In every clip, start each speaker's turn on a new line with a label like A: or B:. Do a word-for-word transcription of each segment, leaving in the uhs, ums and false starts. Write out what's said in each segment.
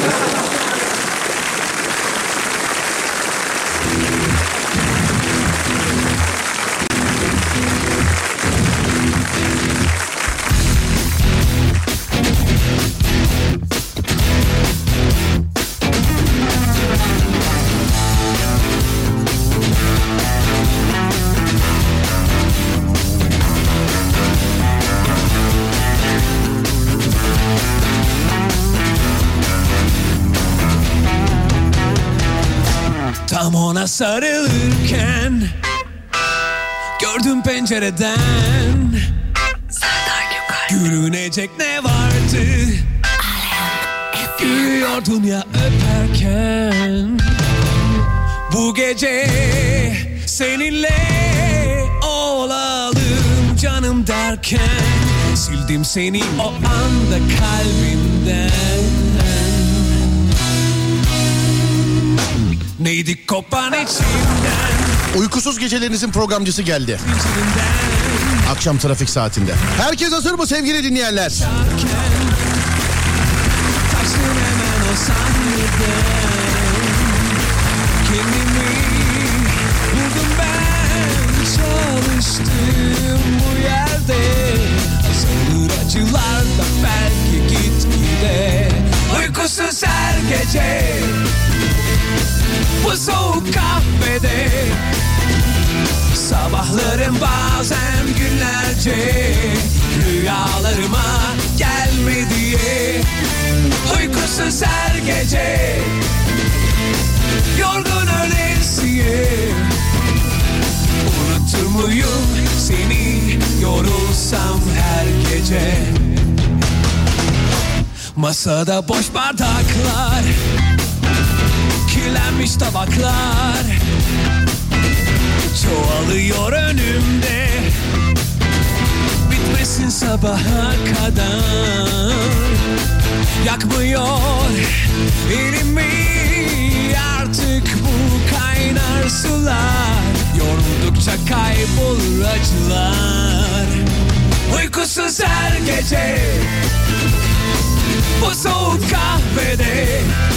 A: Tam ona sarılırken gördüm pencereden gülünecek ne vardı? Gülüyordun ya öperken. Bu gece seninle olalım canım derken sildim seni o anda kalbimden. Neydi kopan içimden.
B: Uykusuz gecelerinizin programcısı geldi. Akşam trafik saatinde. Herkes hazır mı sevgili dinleyenler?
A: Kendimi buldum ben çalıştım bu yerde. Azalır acılar da belki gitgide. Uykusuz her gece bu soğuk kahvede sabahlarım bazen günlerce rüyalarıma gelme diye. Uykusuz her gece yorgun ölesiye. Unutur muyum seni yorulsam her gece. Masada boş bardaklar, kirlenmiş tabaklar çoğalıyor önümde. Bitmesin sabaha kadar. Yakmıyor elimi artık bu kaynar sular. Yoruldukça kaybolur acılar. Uykusuz her gece bu soğuk kahvede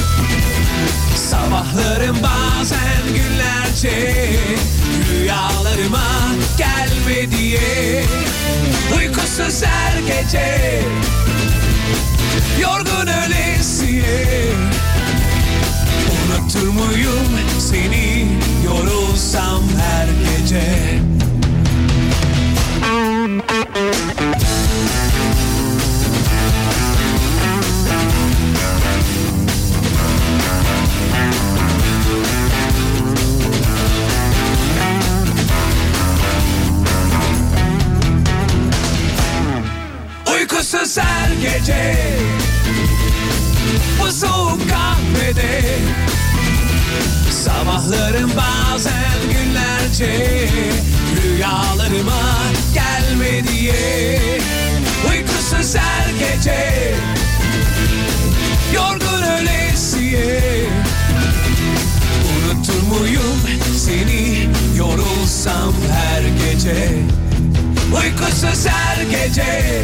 A: sabahlarım bazen günlerce rüyalarıma gelme diye. Uykusuz her gece yorgun ölesiye. Unutur muyum seni yorulsam her gece. Uykusuz her gece bu soğuk kahvede sabahlarım bazen günlerce rüyalarıma gelme diye. Uykusuz her gece yorgun ölesiye. Unutur muyum seni yorulsam her gece. Uykusuz her gece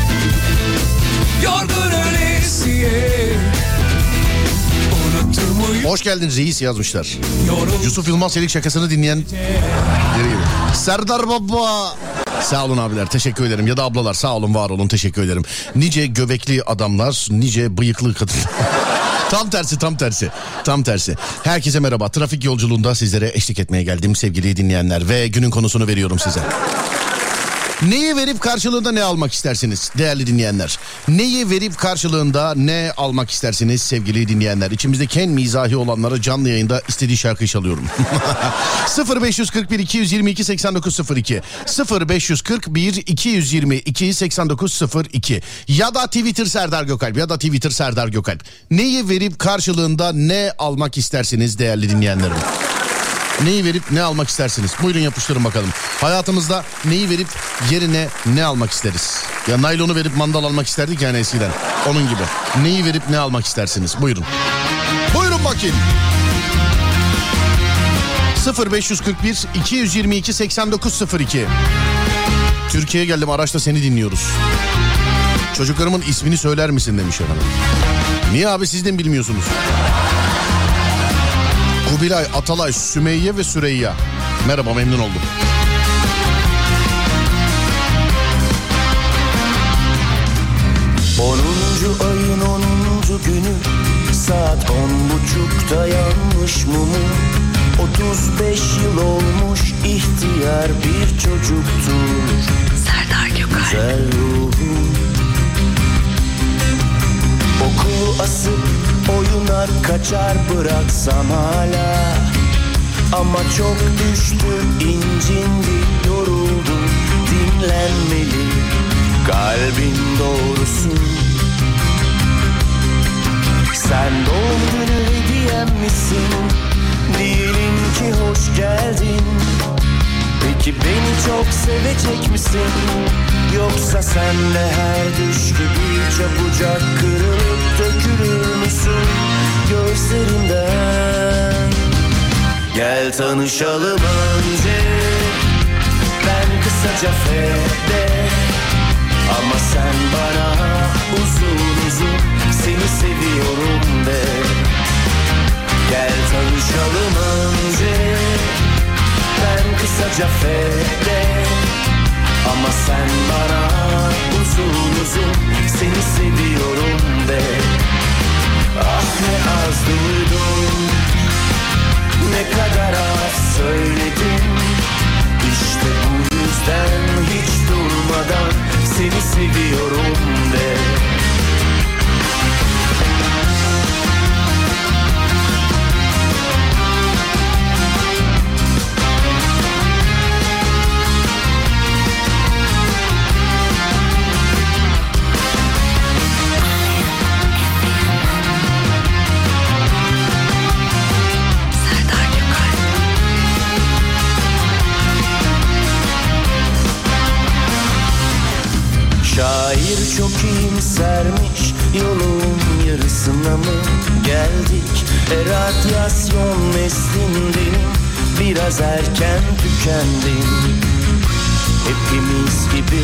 A: yorgun ölesiye. Unutur muyum?
B: Hoş geldin reis yazmışlar. Yorum. Yusuf Yılmaz Çelik şakasını dinleyen Serdar Baba. Sağ olun abiler, teşekkür ederim. Ya da ablalar, sağ olun, var olun, teşekkür ederim. Nice göbekli adamlar, nice bıyıklı kadın. Tam tersi, tam tersi, tam tersi. Herkese merhaba. Trafik yolculuğunda sizlere eşlik etmeye geldim sevgili dinleyenler. Ve günün konusunu veriyorum size. Neyi verip karşılığında ne almak istersiniz değerli dinleyenler? Neyi verip karşılığında ne almak istersiniz sevgili dinleyenler? İçimizdeki en mizahi olanlara canlı yayında istediği şarkıyı çalıyorum. sıfır beş kırk bir iki yüz yirmi iki seksen dokuz sıfır iki sıfır beş kırk bir iki yüz yirmi iki seksen dokuz sıfır iki ya da Twitter Serdar Gökalp ya da Twitter Serdar Gökalp. Neyi verip karşılığında ne almak istersiniz değerli dinleyenlerim? Neyi verip ne almak istersiniz? Buyurun yapıştırın bakalım. Hayatımızda neyi verip yerine ne almak isteriz? Ya naylonu verip mandal almak isterdik yani eskiden. Onun gibi. Neyi verip ne almak istersiniz? Buyurun. Buyurun bakayım. sıfır beş kırk bir iki yüz yirmi iki seksen dokuz sıfır iki Türkiye'ye geldim, araçta seni dinliyoruz. Çocuklarımın ismini söyler misin demiş efendim. Niye abi, siz de mi bilmiyorsunuz? Kubilay, Atalay, Sümeyye ve Süreyya. Merhaba, memnun oldum.
C: Onuncu ayın onuncu günü, saat on buçukta yanmış mumu. Otuz beş yıl olmuş, ihtiyar bir çocuktur
D: Serdar Gökalp.
C: Güzel ruhum. Okulu asıp oyuna kaçar bıraksam hala. Ama çok düştüm, incindi, yoruldum, dinlenmeli kalbin doğrusu. Sen doğum günü hediyem misin? Diyelim ki hoş geldin. Peki beni çok sevecek misin? Yoksa sen de her düş gibi çabucak kırılıp dökülür müsün gözlerimden? Gel tanışalım önce, ben kısaca Fede. Ama sen bana uzun uzun seni seviyorum de. Gel tanışalım önce, ben kısaca Fede. Ama sen bana uzun uzun seni seviyorum de. Ah ne az duydum, ne kadar az söyledim. İşte bu yüzden hiç durmadan seni seviyorum de. Şair çok iyimsermiş, yolun yarısına mı geldik? E radyasyon neslindeyim, biraz erken tükendim. Hepimiz gibi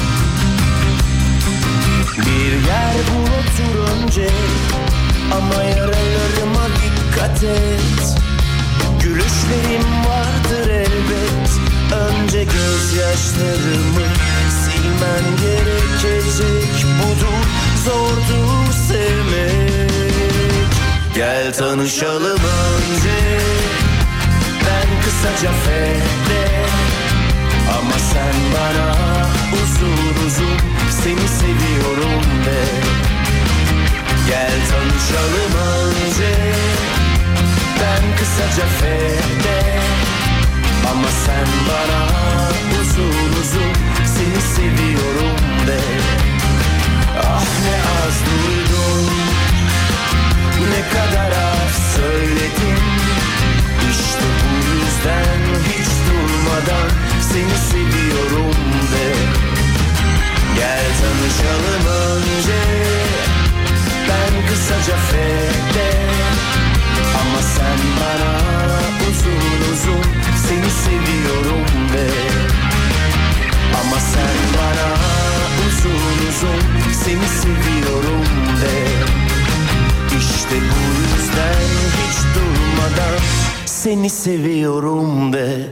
C: bir yer bul otur önce, ama yaralarıma dikkat et. Gülüşlerim vardır elbet, önce gözyaşlarımı silmen gerekecek. Budur, zordur sevmek. Gel tanışalım önce, ben kısaca Fede. Ama sen bana uzun uzun seni seviyorum de. Gel tanışalım önce, ben kısaca Fede. Ama sen bana uzun uzun seni seviyorum de. Ah ne az duydum, ne kadar az söyledim. İşte bu yüzden hiç durmadan seni seviyorum de. Gel tanışalım önce, ben kısaca Fede. Ama sen bana uzun uzun seni seviyorum de. Ama sen bana uzun uzun seni seviyorum de. İşte bu yüzden hiç durmadan seni seviyorum de.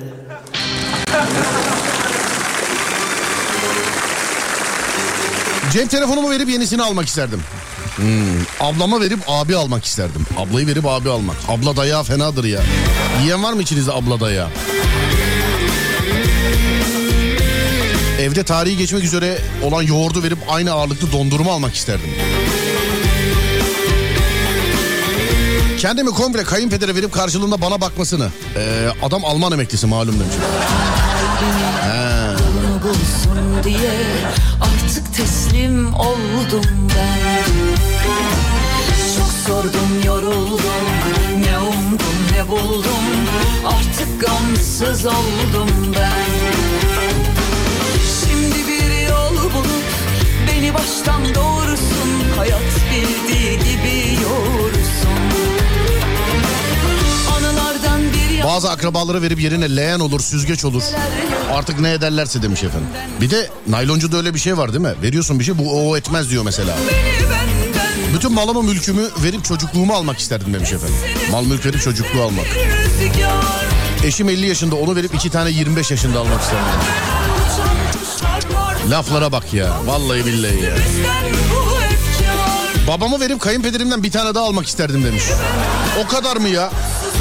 B: Cep telefonumu verip yenisini almak isterdim. Hmm, ablama verip abi almak isterdim. Ablayı verip abi almak. Abla dayağı fenadır ya. Yiyen var mı içinizde abla dayağı? Evde tarihi geçmek üzere olan yoğurdu verip aynı ağırlıklı dondurma almak isterdim. Kendimi komple kayınpedere verip karşılığında bana bakmasını. Ee, adam Alman emeklisi malum demiş. He.
D: Bulsun diye artık teslim oldum ben. Çok sordum, yoruldum, ne umdum ne buldum, artık gamsız oldum ben. Şimdi bir yol bulup beni baştan doğursun, hayat bildiği gibi yoğursun. Anılardan bir
B: Bazı akrabalara verip yerine leğen olur, süzgeç olur. Artık ne ederlerse demiş efendim. Bir de nayloncuda öyle bir şey var değil mi? Veriyorsun bir şey, bu o etmez diyor mesela. Bütün malımı mülkümü verip çocukluğumu almak isterdim demiş efendim. Mal mülk verip çocukluğu almak. Eşim elli yaşında, onu verip iki tane yirmi beş yaşında almak isterdim. Laflara bak ya, vallahi billahi ya. Babamı verip kayınpederimden bir tane daha almak isterdim demiş. O kadar mı ya?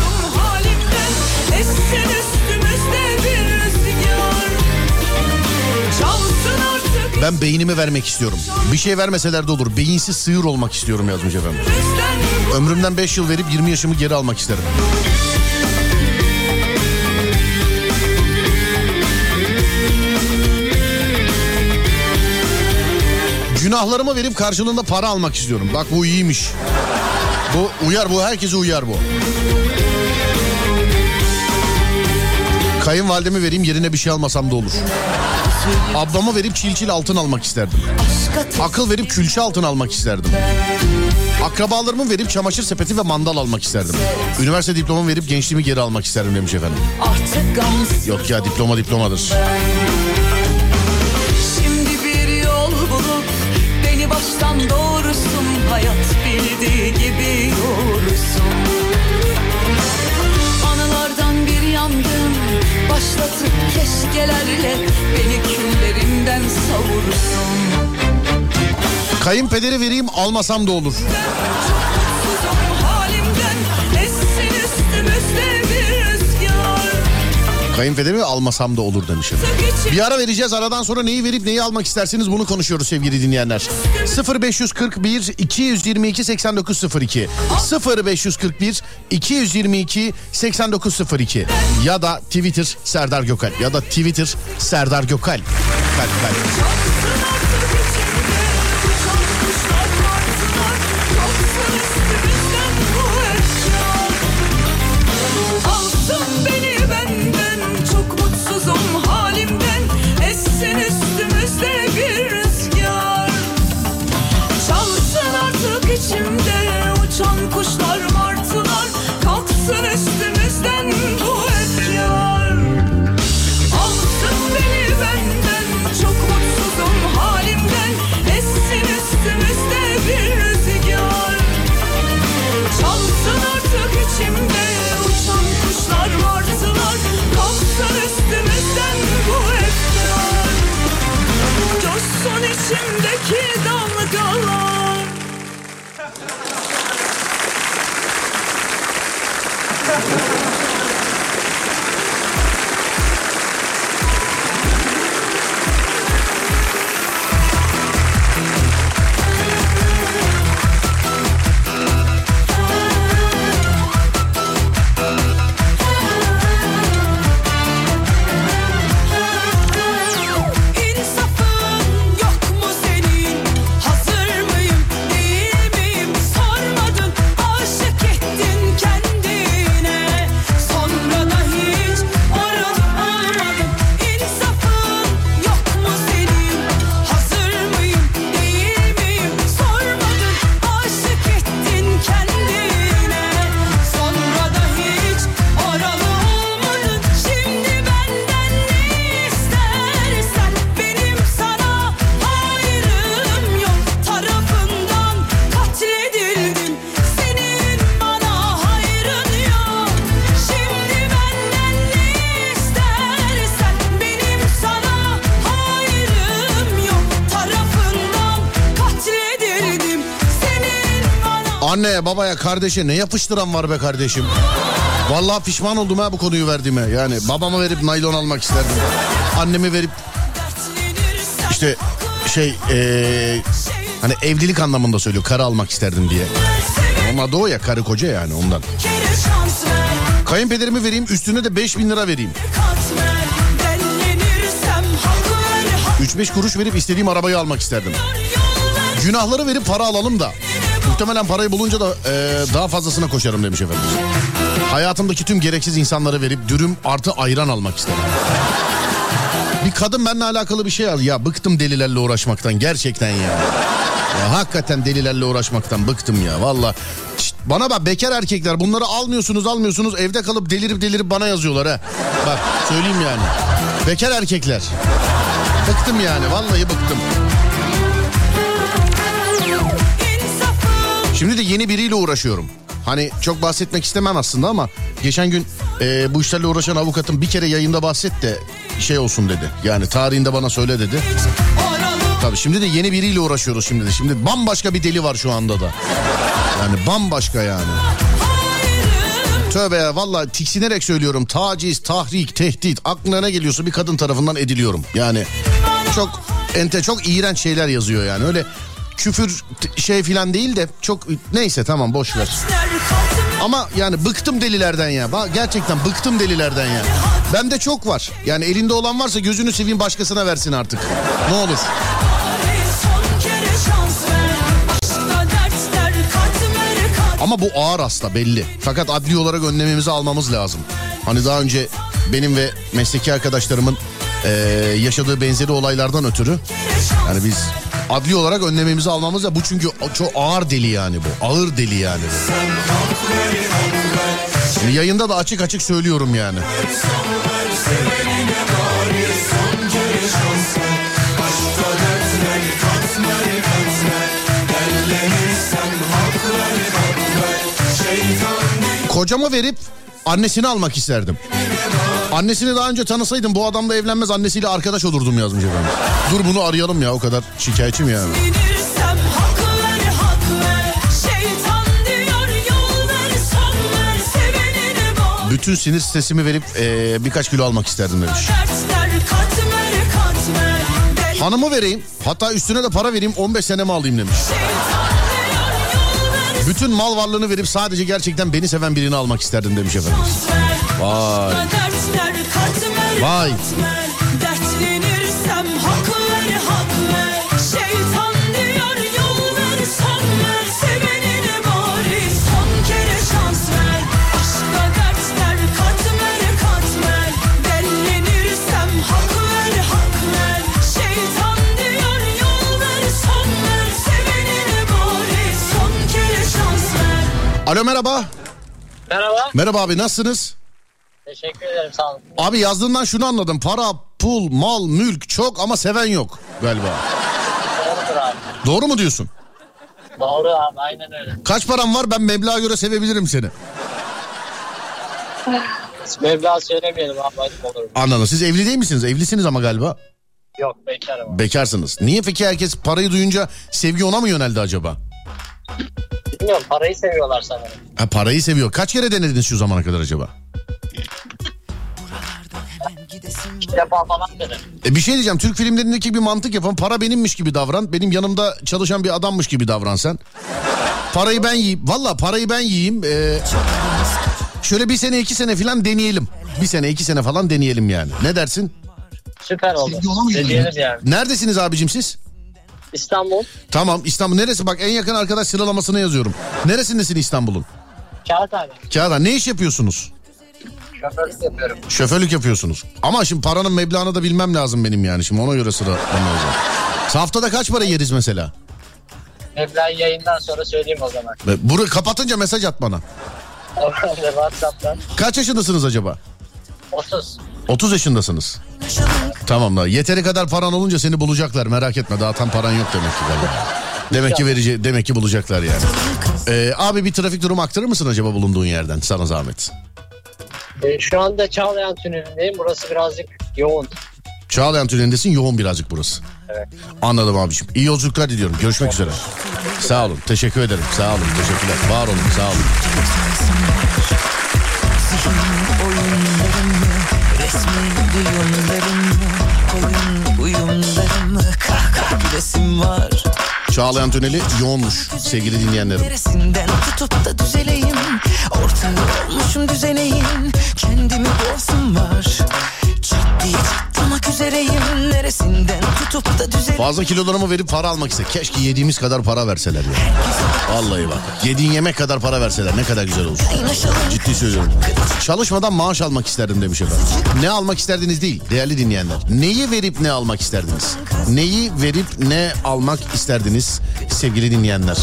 B: Ben beynimi vermek istiyorum. Bir şey vermeseler de olur. Beyinsiz sığır olmak istiyorum yazmış efendim. Ömrümden beş yıl verip yirmi yaşımı geri almak isterim. Günahlarımı verip karşılığında para almak istiyorum. Bak bu iyiymiş. Bu uyar, bu herkese uyar bu. Kayınvalidemi vereyim, yerine bir şey almasam da olur. Ablama verip çil çil altın almak isterdim. Akıl verip külçe altın almak isterdim. Akrabalarımı verip çamaşır sepeti ve mandal almak isterdim. Üniversite diplomamı verip gençliğimi geri almak isterdim demiş efendim. Yok ya, diploma diplomadır.
D: Şimdi bir yol bulup beni baştan doğrusun, hayat bildiği gibi yoğursun. Anılardan bir yangın başlatıp keşkelerle beni küllerimden savursun.
B: Kayınpederi vereyim, almasam da olur. Kayınpederi almasam da olur demiş efendim. Bir ara vereceğiz, aradan sonra neyi verip neyi almak istersiniz bunu konuşuyoruz sevgili dinleyenler. sıfır beş kırk bir iki yüz yirmi iki seksen dokuz sıfır iki sıfır beş kırk bir iki yüz yirmi iki seksen dokuz sıfır iki ya da Twitter Serdar Gökalp ya da Twitter Serdar Gökalp. Kalp, kalp.
D: İçimde uçan kuşlar, martılar kalksın üstümüzden bu efkar. Alsın beni benden, çok mutsuzum halimden, essin üstümüzde bir rüzgar. Çalsın artık içimde uçan kuşlar, martılar kalksın üstümüzden bu efkar. Coşsun içimdeki dalgalar.
B: Anneye, babaya, kardeşe ne yapıştıran var be kardeşim. Vallahi pişman oldum ha bu konuyu verdiğime. Yani babama verip naylon almak isterdim. Annemi verip işte şey ee, hani evlilik anlamında söylüyor, karı almak isterdim diye. Onlar da o ya, karı koca yani ondan. Kayınpederimi vereyim, üstüne de beş bin lira vereyim. üç beş kuruş verip istediğim arabayı almak isterdim. Günahları verip para alalım da muhtemelen parayı bulunca da e, daha fazlasına koşarım demiş efendim. Hayatımdaki tüm gereksiz insanları verip dürüm artı ayran almak isterim. Bir kadın benimle alakalı bir şey al. Ya bıktım delilerle uğraşmaktan gerçekten ya. Ya hakikaten delilerle uğraşmaktan bıktım ya. Valla Bana bak bekar erkekler, bunları almıyorsunuz almıyorsunuz evde kalıp delirip delirip bana yazıyorlar ha. Bak söyleyeyim yani. Bekar erkekler. Bıktım yani, vallahi bıktım. Şimdi de yeni biriyle uğraşıyorum. Hani çok bahsetmek istemem aslında ama geçen gün e, bu işlerle uğraşan avukatım bir kere yayında bahset de şey olsun dedi. Yani tarihinde bana söyle dedi. Tabii şimdi de yeni biriyle uğraşıyoruz şimdi de. Şimdi bambaşka bir deli var şu anda da. Yani bambaşka yani. Tövbe ya, vallahi tiksinerek söylüyorum. Taciz, tahrik, tehdit, aklına ne geliyorsa bir kadın tarafından ediliyorum. Yani çok ente, çok iğrenç şeyler yazıyor yani. Öyle küfür şey filan değil de çok, neyse tamam boş ver. Ama yani bıktım delilerden ya. Gerçekten bıktım delilerden ya. Bende çok var. Yani elinde olan varsa gözünü seveyim başkasına versin artık. Ne olur. Ama bu ağır hasta belli. Fakat adli olarak önlememizi almamız lazım. Hani daha önce benim ve mesleki arkadaşlarımın e, yaşadığı benzeri olaylardan ötürü. Yani biz adli olarak önlememizi almamız lazım. Bu çünkü çok ağır deli yani bu. Ağır deli yani bu. Şimdi yayında da açık açık söylüyorum yani. Kocamı verip annesini almak isterdim. Annesini daha önce tanısaydım bu adamla evlenmez, annesiyle arkadaş olurdum yazmış efendim. Dur bunu arayalım ya, o kadar şikayetçiyim yani. Bütün sinir stresimi verip ee, birkaç kilo almak isterdim demiş. Hanımı vereyim, hatta üstüne de para vereyim, on beş senemi alayım demiş. Bütün mal varlığını verip sadece gerçekten beni seven birini almak isterdim demiş efendim. Vay. Vay. Alo merhaba.
E: Merhaba.
B: Merhaba abi, nasılsınız?
E: Teşekkür ederim, sağ olun.
B: Abi yazdığından şunu anladım. Para, pul, mal, mülk çok ama seven yok galiba.
E: Doğrudur abi.
B: Doğru mu diyorsun?
E: Doğru abi, aynen öyle.
B: Kaç param var, ben meblağa göre sevebilirim seni.
E: Meblağ söylemeyelim abi, ayıp olur.
B: Anladım. Siz evli değil misiniz? Evlisiniz ama galiba.
E: Yok, bekarım.
B: Bekarsınız. Niye peki herkes parayı duyunca sevgi ona mı yöneldi acaba?
E: Bilmiyorum, parayı seviyorlar sanırım.
B: Ha, parayı seviyor. Kaç kere denediniz şu zamana kadar acaba?
E: İki defa falan dedim.
B: E bir şey diyeceğim. Türk filmlerindeki bir mantık yapın. Para benimmiş gibi davran. Benim yanımda çalışan bir adammış gibi davran sen. Parayı ben yiyeyim. Valla parayı ben yiyeyim. Ee, şöyle bir sene iki sene falan deneyelim. Bir sene iki sene falan deneyelim yani. Ne dersin?
E: Süper oldu. Deneyelim yani.
B: Neredesiniz abicim siz?
E: İstanbul.
B: Tamam, İstanbul neresi? Bak en yakın arkadaş sıralamasına yazıyorum. Neresindesin İstanbul'un?
E: Kağıthane.
B: Kağıthane. Ne iş yapıyorsunuz?
E: Şoförlük yapıyorum.
B: Şoförlük yapıyorsunuz. Ama şimdi paranın meblağını da bilmem lazım benim yani. Şimdi ona göre sıralamaya. Haftada kaç para yeriz mesela?
E: Meblağı yayından sonra söyleyeyim o zaman.
B: Burayı kapatınca mesaj at bana.
E: WhatsApp'tan.
B: Kaç yaşındasınız acaba?
E: otuz.
B: otuz yaşındasınız. Tamam da yeteri kadar paran olunca seni bulacaklar, merak etme, daha tam paran yok demek ki galiba. Demek ki verici, demek ki bulacaklar yani. Ee, abi bir trafik durumu aktarır mısın acaba bulunduğun yerden, sana zahmet?
E: Ee, şu anda Çağlayan Tüneli'ndeyim, burası birazcık yoğun.
B: Çağlayan Tüneli'ndesin, yoğun birazcık burası.
E: Evet. Anladım
B: abiciğim. İyi yolculuklar diliyorum. Görüşmek üzere. Sağ olun. Teşekkür ederim. Sağ olun. Teşekkürler. Var olun. Sağ olun. Çağlayan Tüneli yoğunmuş sevgili dinleyenlerim.
F: Neresinden tutup da düzeleyim, ortalığı olmuşum düzeneyim, kendimi bozsum var. Ciddi tutmak üzereyim, neresinden tutup da düzelim.
B: Fazla kilolarımı verip para almak ister. Keşke yediğimiz kadar para verseler ya. Vallahi bak. Yediğin yemek kadar para verseler ne kadar güzel olur. Ciddi söylüyorum. Çalışmadan maaş almak isterdim demiş efendim. Ne almak isterdiniz değil değerli dinleyenler. Neyi verip ne almak isterdiniz? Neyi verip ne almak isterdiniz sevgili dinleyenler?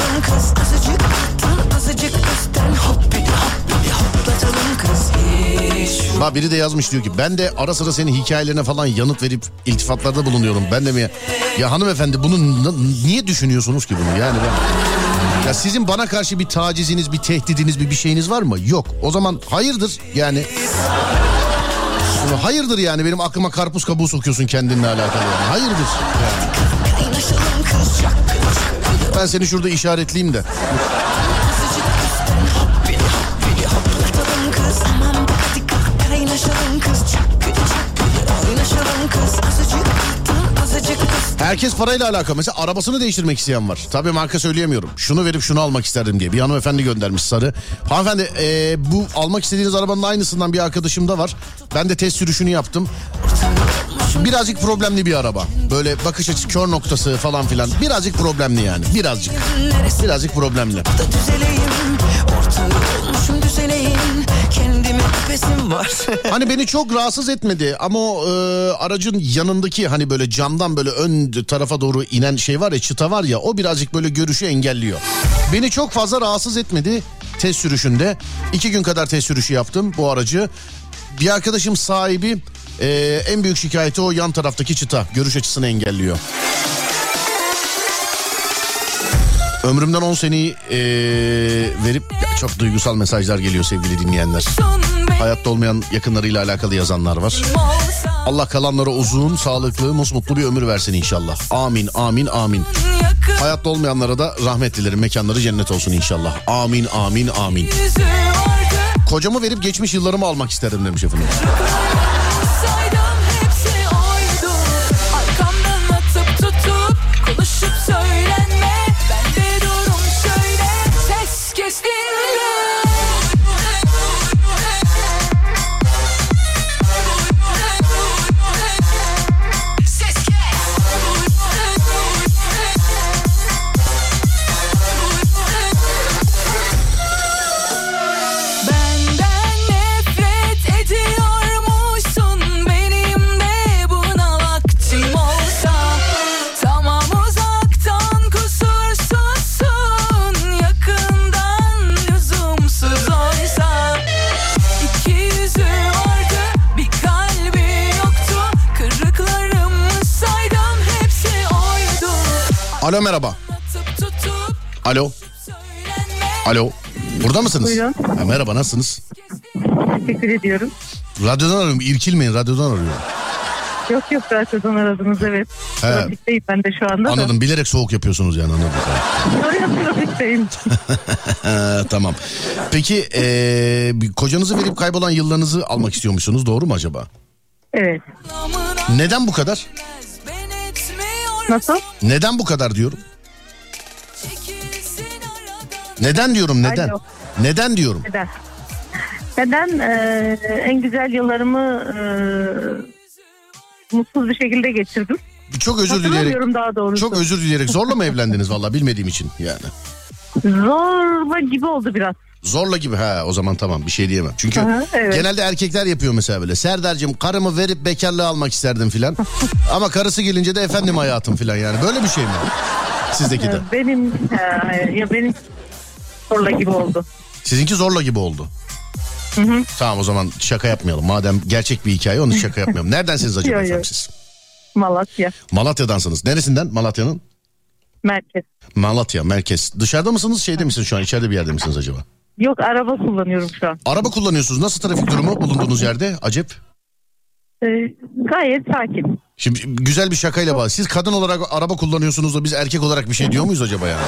B: Bak biri de yazmış diyor ki ben de ara sıra senin hikayelerine falan yanıt verip iltifatlarda bulunuyorum. Ben de mi ya? Ya hanımefendi bunu n- niye düşünüyorsunuz ki bunu? Yani ben... Ya sizin bana karşı bir taciziniz, bir tehdidiniz, bir bir şeyiniz var mı? Yok. O zaman hayırdır yani. Hayırdır yani benim aklıma karpuz kabuğu sokuyorsun kendinle alakalı yani. Hayırdır yani. Ben seni şurada işaretleyeyim de. Herkes parayla alakalı. Mesela arabasını değiştirmek isteyen var. Tabii marka söyleyemiyorum. Şunu verip şunu almak isterdim diye. Bir hanımefendi göndermiş sarı. Hanımefendi ee, bu almak istediğiniz arabanın aynısından bir arkadaşım da var. Ben de test sürüşünü yaptım. Birazcık problemli bir araba. Böyle bakış açısı, kör noktası falan filan. Birazcık problemli yani. Birazcık. Birazcık problemli. Hani beni çok rahatsız etmedi ama o e, aracın yanındaki hani böyle camdan böyle ön tarafa doğru inen şey var ya, çıta var ya, o birazcık böyle görüşü engelliyor. Beni çok fazla rahatsız etmedi test sürüşünde. İki gün kadar test sürüşü yaptım bu aracı. Bir arkadaşım sahibi e, en büyük şikayeti o yan taraftaki çıta, görüş açısını engelliyor. Ömrümden on seneyi ee, verip ya çok duygusal mesajlar geliyor sevgili dinleyenler. Hayatta olmayan yakınlarıyla alakalı yazanlar var. Allah kalanlara uzun, sağlıklı, musmutlu bir ömür versin inşallah. Amin, amin, amin. Hayatta olmayanlara da rahmet dilerim. Mekanları cennet olsun inşallah. Amin, amin, amin. Kocamı verip geçmiş yıllarımı almak isterim demiş efendim. Alo merhaba. Alo. Alo. Burada mısınız?
G: Buyurun.
B: Ha, merhaba, nasılsınız?
G: Teşekkür ediyorum.
B: Radyodan arıyorum. İrkilmeyin, radyodan arıyorum.
G: Yok yok, radyodan aradınız, evet.
B: He.
G: Trafikteyim ben de şu anda.
B: Anladım.
G: Da.
B: Bilerek soğuk yapıyorsunuz yani, anladım.
G: Oraya trafikteyim.
B: Tamam. Peki ee, kocanızı verip kaybolan yıllarınızı almak istiyormuşsunuz, doğru mu acaba?
G: Evet.
B: Neden bu kadar?
G: Nasıl?
B: Neden bu kadar diyorum? Neden diyorum, neden?
G: Alo.
B: Neden diyorum?
G: Neden? Neden e, en güzel yıllarımı e, mutsuz bir şekilde geçirdim.
B: Çok özür dileyerek.
G: Hatırlamıyorum daha doğrusu.
B: Çok özür dileyerek. Zorla mı evlendiniz valla, bilmediğim için yani?
G: Zorla gibi oldu biraz.
B: Zorla gibi, ha o zaman tamam, bir şey diyemem. Çünkü
G: Aha, evet.
B: genelde erkekler yapıyor mesela böyle. Serdar'cığım karımı verip bekarlığı almak isterdim filan. Ama karısı gelince de efendim hayatım filan yani. Böyle bir şey mi? Sizdeki de.
G: Benim e, ya benim zorla gibi oldu.
B: Sizinki zorla gibi oldu.
G: Hı hı.
B: Tamam, o zaman şaka yapmayalım. Madem gerçek bir hikaye, onu şaka yapmayalım. Neredensiniz acaba
G: Yo, yo.
B: efendim siz?
G: Malatya.
B: Malatya'dansınız. Neresinden Malatya'nın?
G: Merkez.
B: Malatya merkez. Dışarıda mısınız, şeyde misiniz şu an, içeride bir yerde misiniz acaba?
G: Yok, araba kullanıyorum şu an.
B: Araba kullanıyorsunuz. Nasıl trafik durumu bulunduğunuz yerde? Acep.
G: Ee, gayet sakin.
B: Şimdi güzel bir şakayla bağlı. Siz kadın olarak araba kullanıyorsunuz da biz erkek olarak bir şey diyor muyuz acaba yani?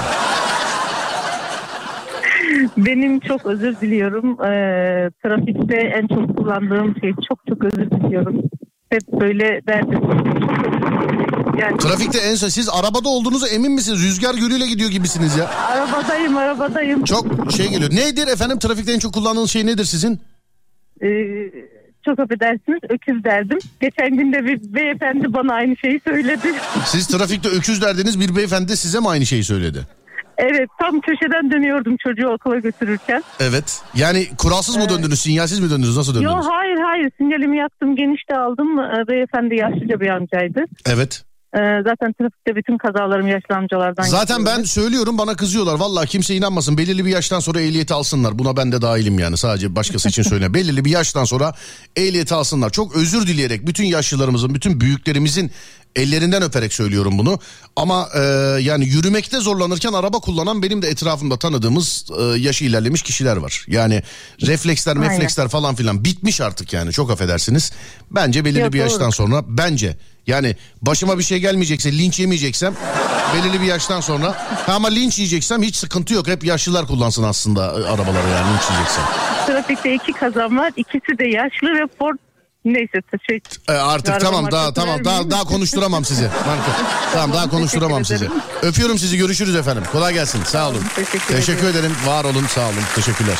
G: Benim çok özür diliyorum. Ee, trafikte en çok kullandığım şey, çok çok özür diliyorum. Hep böyle derdim. Yani
B: Trafikte en son siz arabada olduğunuza emin misiniz? Rüzgar gölüyle gidiyor gibisiniz ya.
G: arabadayım, arabadayım.
B: Çok şey geliyor. Nedir efendim, trafikte en çok kullandığınız şey nedir sizin?
G: Ee, çok affedersiniz öküz derdim. Geçen gün de bir beyefendi bana aynı şeyi söyledi.
B: Siz trafikte öküz derdiniz, bir beyefendi de size mi aynı şeyi söyledi?
G: Evet, tam köşeden dönüyordum çocuğu okula götürürken.
B: Evet. Yani kuralsız mı
G: Evet.
B: döndünüz, sinyalsiz mi döndünüz, nasıl döndünüz?
G: Yok hayır hayır sinyalimi yaktım, geniş de aldım. Ee, Beyefendi yaşlıca bir amcaydı.
B: Evet.
G: Ee, zaten trafikte bütün kazalarım yaşlı amcalardan.
B: Zaten
G: geçiyordu.
B: ben söylüyorum, bana kızıyorlar. Vallahi kimse inanmasın. Belirli bir yaştan sonra ehliyeti alsınlar. Buna ben de dahilim yani. Sadece başkası için söyleyeyim. Belirli bir yaştan sonra ehliyeti alsınlar. Çok özür dileyerek bütün yaşlılarımızın, bütün büyüklerimizin ellerinden öperek söylüyorum bunu. Ama e, yani yürümekte zorlanırken araba kullanan benim de etrafımda tanıdığımız e, yaşı ilerlemiş kişiler var. Yani refleksler,
G: Aynen.
B: mefleksler falan filan bitmiş artık yani. Çok affedersiniz. Bence belirli
G: Yok,
B: bir yaştan
G: doğru.
B: sonra bence yani başıma bir şey gelmeyecekse, linç yemeyeceksem belirli bir yaştan sonra, ama linç yiyeceksem hiç sıkıntı yok. Hep yaşlılar kullansın aslında arabaları yani, linç yiyeceksem.
G: Trafikte iki kazam var. İkisi de yaşlı ve Ford. Neyse şey,
B: Ee, artık
G: araba
B: tamam daha
G: markası
B: tamam daha
G: vermeyeyim.
B: daha konuşturamam sizi. Marka. Tamam daha konuşturamam
G: teşekkür
B: sizi.
G: ederim.
B: Öpüyorum sizi, görüşürüz efendim. Kolay gelsin. Sağ olun.
G: Teşekkür
B: Teşekkür
G: ederim.
B: ederim. Var olun, sağ olun. Teşekkürler.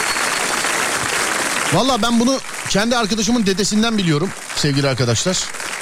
B: Valla ben bunu kendi arkadaşımın dedesinden biliyorum sevgili arkadaşlar.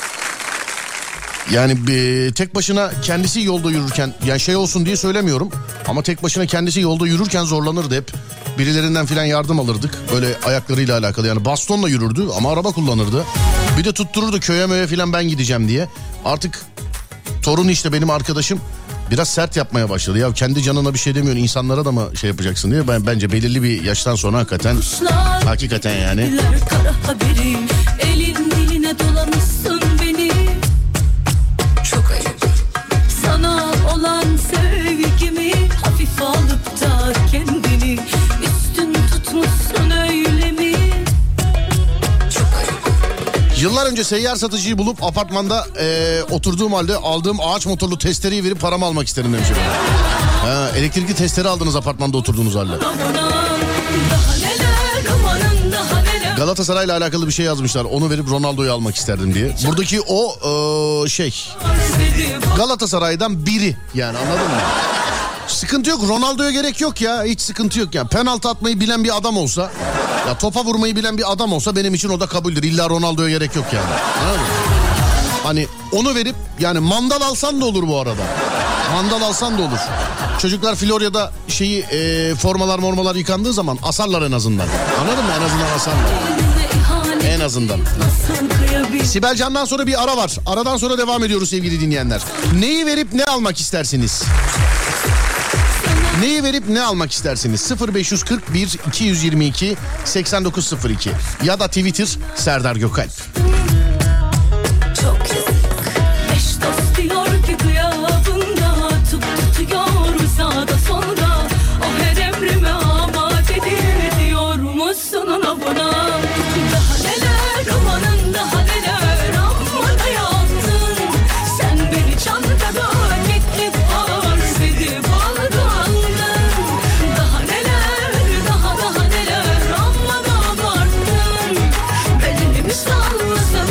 B: Yani bir, tek başına kendisi yolda yürürken, yani şey olsun diye söylemiyorum ama tek başına kendisi yolda yürürken zorlanırdı hep. Birilerinden filan yardım alırdık. Böyle ayaklarıyla alakalı, yani bastonla yürürdü ama araba kullanırdı. Bir de tuttururdu köye möye filan ben gideceğim diye. Artık torun işte benim arkadaşım biraz sert yapmaya başladı. Ya kendi canına bir şey demiyorsun, insanlara da mı şey yapacaksın diye. Ben bence belirli bir yaştan sonra hakikaten hakikaten yani.
D: Kara haberim, elin diline dolamışsın beni. Çok ayıp. Sana olan sevgimi hafif alıp da kendini üstün tutmuşsun öyle mi? Çok ayıp.
B: Yıllar önce seyyar satıcıyı bulup apartmanda e, oturduğum halde aldığım ağaç motorlu testereyi verip paramı almak isterim demiş. Ha, elektrikli testere aldınız apartmanda oturduğunuz halde.
D: Daha neler, amanın daha neler.
B: Galatasaray'la alakalı bir şey yazmışlar. Onu verip Ronaldo'yu almak isterdim diye. Buradaki o e, şey Galatasaray'dan biri yani, anladın mı? Sıkıntı yok, Ronaldo'ya gerek yok ya, hiç sıkıntı yok yani. Penaltı atmayı bilen bir adam olsa, ya topa vurmayı bilen bir adam olsa benim için o da kabuldür. İlla Ronaldo'ya gerek yok yani. Anladın mı? Hani onu verip yani mandal alsan da olur bu arada. Mandal alsan da olur. Çocuklar Florya'da şeyi e, formalar mormalar yıkandığı zaman asarlar en azından. Anladın mı? En azından asarlar. En azından. Sibel Can'dan sonra bir ara var. Aradan sonra devam ediyoruz sevgili dinleyenler. Neyi verip ne almak istersiniz? Neyi verip ne almak istersiniz? sıfır beş kırk bir iki yüz yirmi iki seksen dokuz sıfır iki ya da Twitter Serdar Gökalp.
D: Çok yazık. Eş dost diyor ki gıyabında tut tutuyor sağda solda. O her emrime amadedir diyor musun ona buna? Daha neler amanın daha neler amma da yaptın. Sen beni çantada kitlip arz edip aldın. Daha neler daha daha neler amma da abarttın. Belini mi sallasın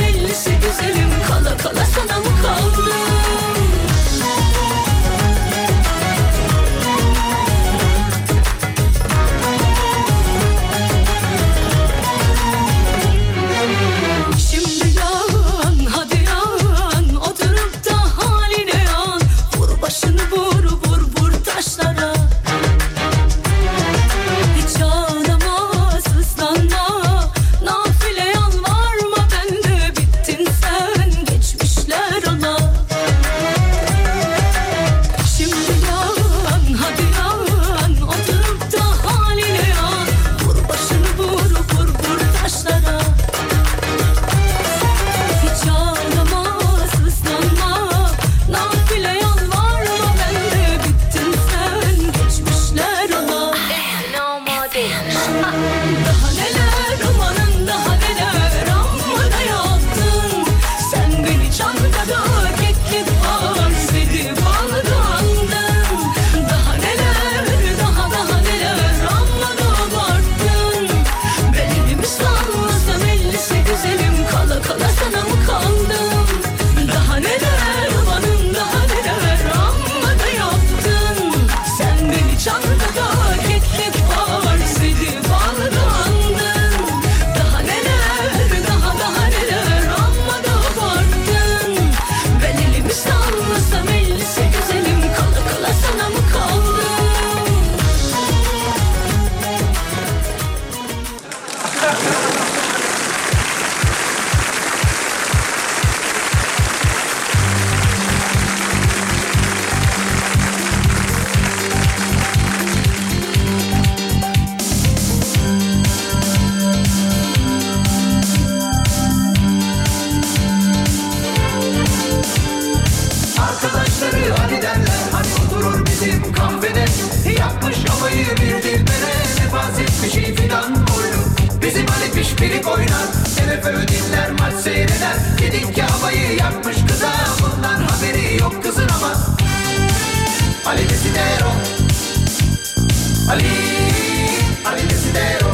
A: yapmış havayı bir dilbere. Nefas etmiş iyi fidan boylu. Bizim Ali pişpirik oynar. M F Ö dinler maç seyreder. Dedik ki havayı yapmış kıza. Bundan haberi yok kızın ama Ali Desidero, Ali, Ali Desidero.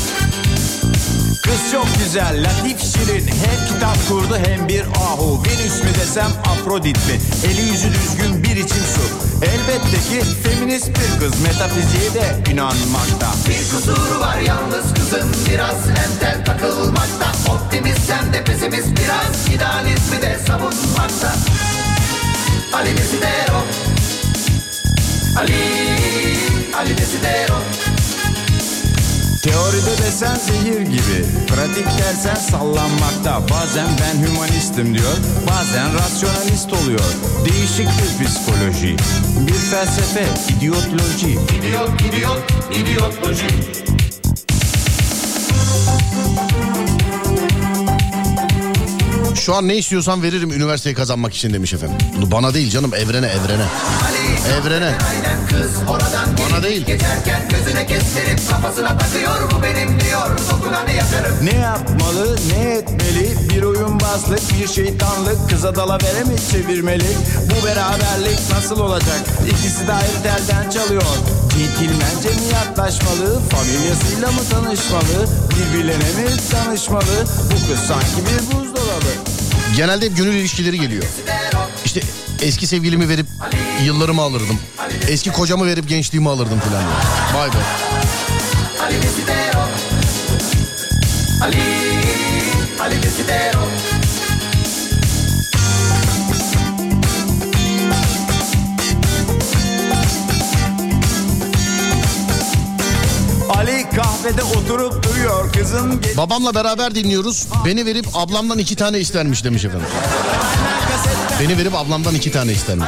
H: Kız çok güzel, latif şirin. Hem kitap kurdu hem bir ahu. Venüs mü desem Afrodit mi? Eli yüzü düzgün bir içim su. Elbette ki feminist bir kız. Metafiziğe de inanmakta.
A: Bir kusuru var yalnız kızın. Biraz entel takılmakta. Optimist hem de pesimist biraz. İdealizmi de savunmakta. Ali Desidero, Ali, Ali Desidero.
H: Teoride desen zehir gibi, pratik dersen sallanmakta. Bazen ben hümanistim diyor, bazen rasyonalist oluyor. Değişik bir psikoloji, bir felsefe, idiotloji.
A: İdiot, idiot, idiotloji.
B: Şu an ne istiyorsan veririm üniversiteyi kazanmak için demiş efendim. Bunu bana değil canım, evrene evrene. Evrene. Bana değil.
A: Geçerken gözüne kestirip kafasına takıyor. Bu benim diyor, dokunanı yakarım.
H: Ne yapmalı, ne etmeli? Bir oyunbazlık, bir şeytanlık. Kıza dalavere mi çevirmeli? Bu beraberlik nasıl olacak? İkisi de ayrı telden çalıyor. Centilmence mi yaklaşmalı? Familyasıyla mı tanışmalı? Birbirlerine mi danışmalı? Bu kız sanki bir buzdolabı.
B: Genelde hep gönül ilişkileri geliyor. İşte eski sevgilimi verip yıllarımı alırdım. Eski kocamı verip gençliğimi alırdım filan. Vay be.
A: Ali Desidero, Ali, Ali Desidero.
H: Ali kahvede oturup duruyor kızım.
B: Babamla beraber dinliyoruz. Beni verip ablamdan iki tane istermiş demiş efendim. Beni verip ablamdan iki tane istermiş.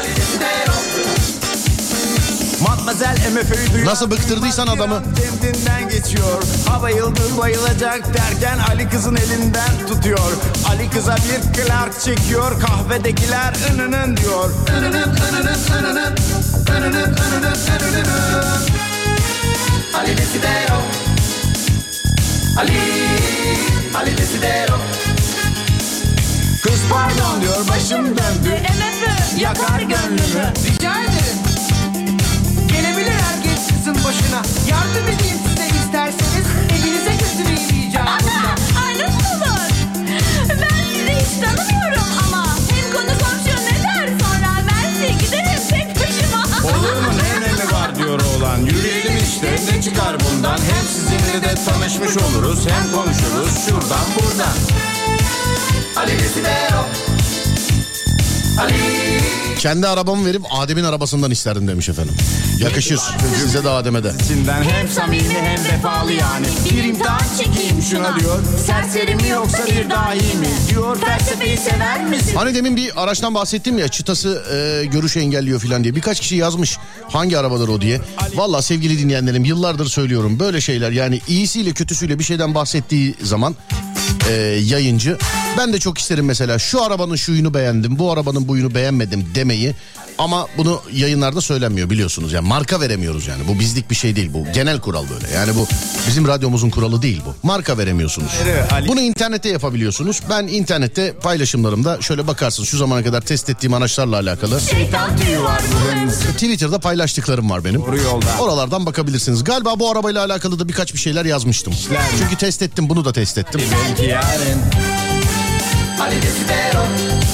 H: Matmazel M F Ö'yü duyuyor.
B: Nasıl bıktırdıysan adamı.
H: Kendinden geçiyor. Ha bayıldı bayılacak derken Ali kızın elinden tutuyor. Ali kıza bir Clark çekiyor. Kahvedekiler ınının diyor.
A: Önünün, önünün, önünün, önünün, önünün, önünün. Ali Desidero, Ali, Ali Desidero.
H: Kız pardon diyor, başım döndü.
D: M F Ö
H: Yakar gönlümü.
I: Rica ederim. Gelebilir herkes kızın başına. Yardım edeyim size isterseniz. Evinize götüreyim icabında.
D: Ay nasıl olur? Ben sizi hiç tanımıyorum ama hem konu komşu ne der sonra ben size giderim tek başıma.
H: Olur mu, ne önemi var diyor oğlan. Yürüyelim işte, ne çıkar bundan? Hem sizinle de tanışmış oluruz, hem konuşuruz şuradan buradan.
A: Ali Desidero, Ali.
B: Kendi arabamı verip Adem'in arabasından isterdim demiş efendim. Yakışır. Size de Adem'e de.
H: İçinden hem samimi hem vefalı yani. Bir imtihan çekeyim şuna diyor. Serseri mi yoksa bir dahi mi? Diyor felsefeyi sever misin?
B: Hani demin bir araçtan bahsettim ya, çıtası e, görüşü engelliyor filan diye. Birkaç kişi yazmış hangi arabadır o diye. Vallahi sevgili dinleyenlerim, yıllardır söylüyorum böyle şeyler, yani iyisiyle kötüsüyle bir şeyden bahsettiği zaman e, yayıncı, ben de çok isterim mesela şu arabanın şuyunu beğendim, bu arabanın buyunu beğenmedim demeyi, ama bunu yayınlarda söylenmiyor biliyorsunuz. Yani marka veremiyoruz yani, bu bizlik bir şey değil, bu genel kural böyle. Yani bu bizim radyomuzun kuralı değil bu. Marka veremiyorsunuz. Bunu internette yapabiliyorsunuz. Ben internette paylaşımlarımda şöyle bakarsın, şu zamana kadar test ettiğim araçlarla alakalı Twitter'da paylaştıklarım var benim. Oralardan bakabilirsiniz. Galiba bu arabayla alakalı da birkaç bir şeyler yazmıştım. Çünkü test ettim, bunu da test ettim.
H: Belki yarın.
A: Ali Desidero,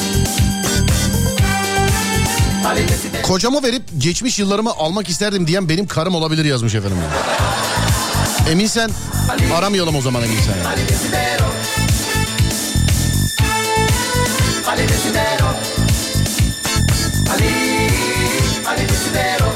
A: Ali Desidero.
B: Kocamı verip geçmiş yıllarımı almak isterdim diyen benim karım olabilir yazmış efendim. Eminsen aramayalım o zaman, eminsen. Yani.
A: Ali Desidero, Ali Desidero, Ali, Ali Desidero.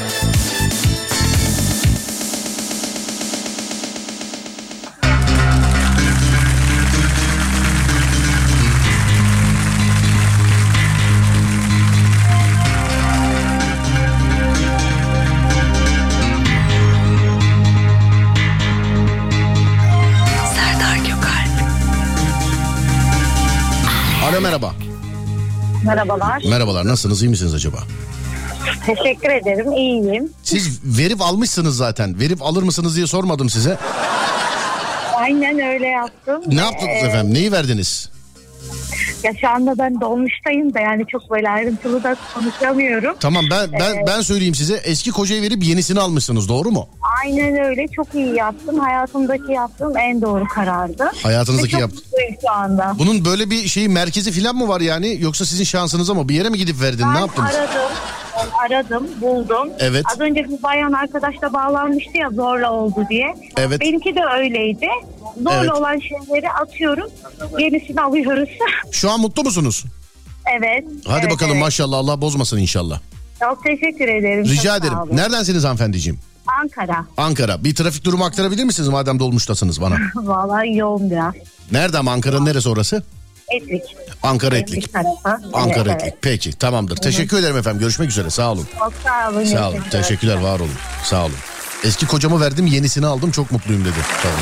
B: Alo, merhaba.
G: Merhabalar.
B: Merhabalar, nasılsınız, iyi misiniz acaba?
G: Teşekkür ederim, iyiyim.
B: Siz verip almışsınız zaten. Verip alır mısınız diye sormadım size.
G: Aynen öyle yaptım.
B: Ne yaptınız
G: Ee,
B: efendim? Neyi verdiniz?
G: Ya şu anda ben dolmuştayım da yani çok böyle ayrıntılı da konuşamıyorum.
B: Tamam ben ben
G: Ee,
B: ben söyleyeyim size. Eski kocayı verip yenisini almışsınız, doğru mu?
G: Aynen öyle, çok iyi yaptım. Hayatımdaki yaptığım en doğru karardı.
B: Hayatınızdaki
G: Ve
B: yap.
G: çok mutluyum şu anda.
B: Bunun böyle bir şeyi merkezi falan mı var yani? Yoksa sizin şansınıza mı? Bir yere mi gidip verdin?
G: Ben
B: Ne yaptınız?
G: aradım, aradım, buldum.
B: Evet.
G: Az önce bir bayan arkadaşla bağlanmıştı ya, zorla oldu diye.
B: Evet.
G: Benimki de öyleydi. Zorla
B: Evet.
G: olan şeyleri atıyorum, yenisini alıyoruz.
B: Şu an mutlu musunuz?
G: Evet.
B: Hadi
G: evet,
B: bakalım
G: evet.
B: maşallah, Allah bozmasın inşallah.
G: Çok teşekkür ederim.
B: Rica
G: çok
B: ederim.
G: sağ olun.
B: Neredensiniz hanımefendiciğim?
G: Ankara.
B: Ankara. Bir trafik durumu aktarabilir misiniz madem dolmuştasınız bana?
G: Vallahi yoğun biraz.
B: Nerede ama Ankara'nın neresi orası?
G: Etlik.
B: Ankara
G: Etlik
B: Etlik.
G: tarafı.
B: Ankara
G: Evet,
B: Etlik. Peki tamamdır. Teşekkür ederim efendim. Görüşmek üzere. Sağ olun.
G: Çok sağ olun.
B: Sağ olun. Teşekkürler. Var olun. Sağ olun. Eski kocamı verdim, yenisini aldım. Çok mutluyum dedi. Tamam.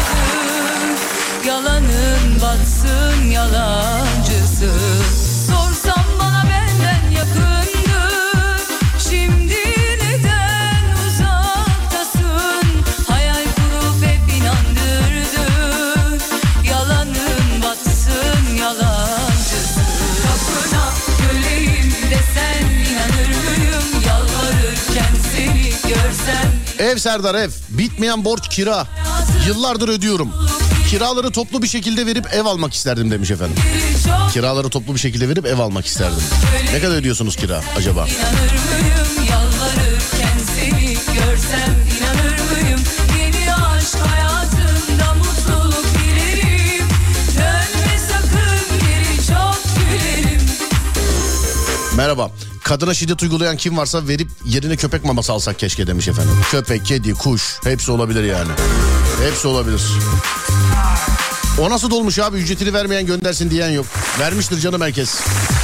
D: Yalanın batsın yalancısı. Sorsam bana benden yakındır. Şimdi neden uzaktasın? Hayal kurup hep inandırdın. Yalanın batsın yalancısı. Kapına köleyim desen inanır mıyım? Yalvarırken seni görsem.
B: Ev Serdar ev. Bitmeyen borç kira. Yıllardır ödüyorum. Kiraları toplu bir şekilde verip ev almak isterdim demiş efendim. Kiraları toplu bir şekilde verip ev almak isterdim. Ne kadar ödüyorsunuz kira acaba?
D: İnanır mıyım yalvarırken seni görsem, inanır mıyım yeni aşk hayatımda mutluluk dilerim. Dönme sakın geri, çok gülerim.
B: Merhaba. Kadına şiddet uygulayan kim varsa verip yerine köpek maması alsak keşke demiş efendim. Köpek, kedi, kuş hepsi olabilir yani. Hepsi olabilir. O nasıl dolmuş abi, ücretini vermeyen göndersin diyen yok. Vermiştir canım herkes.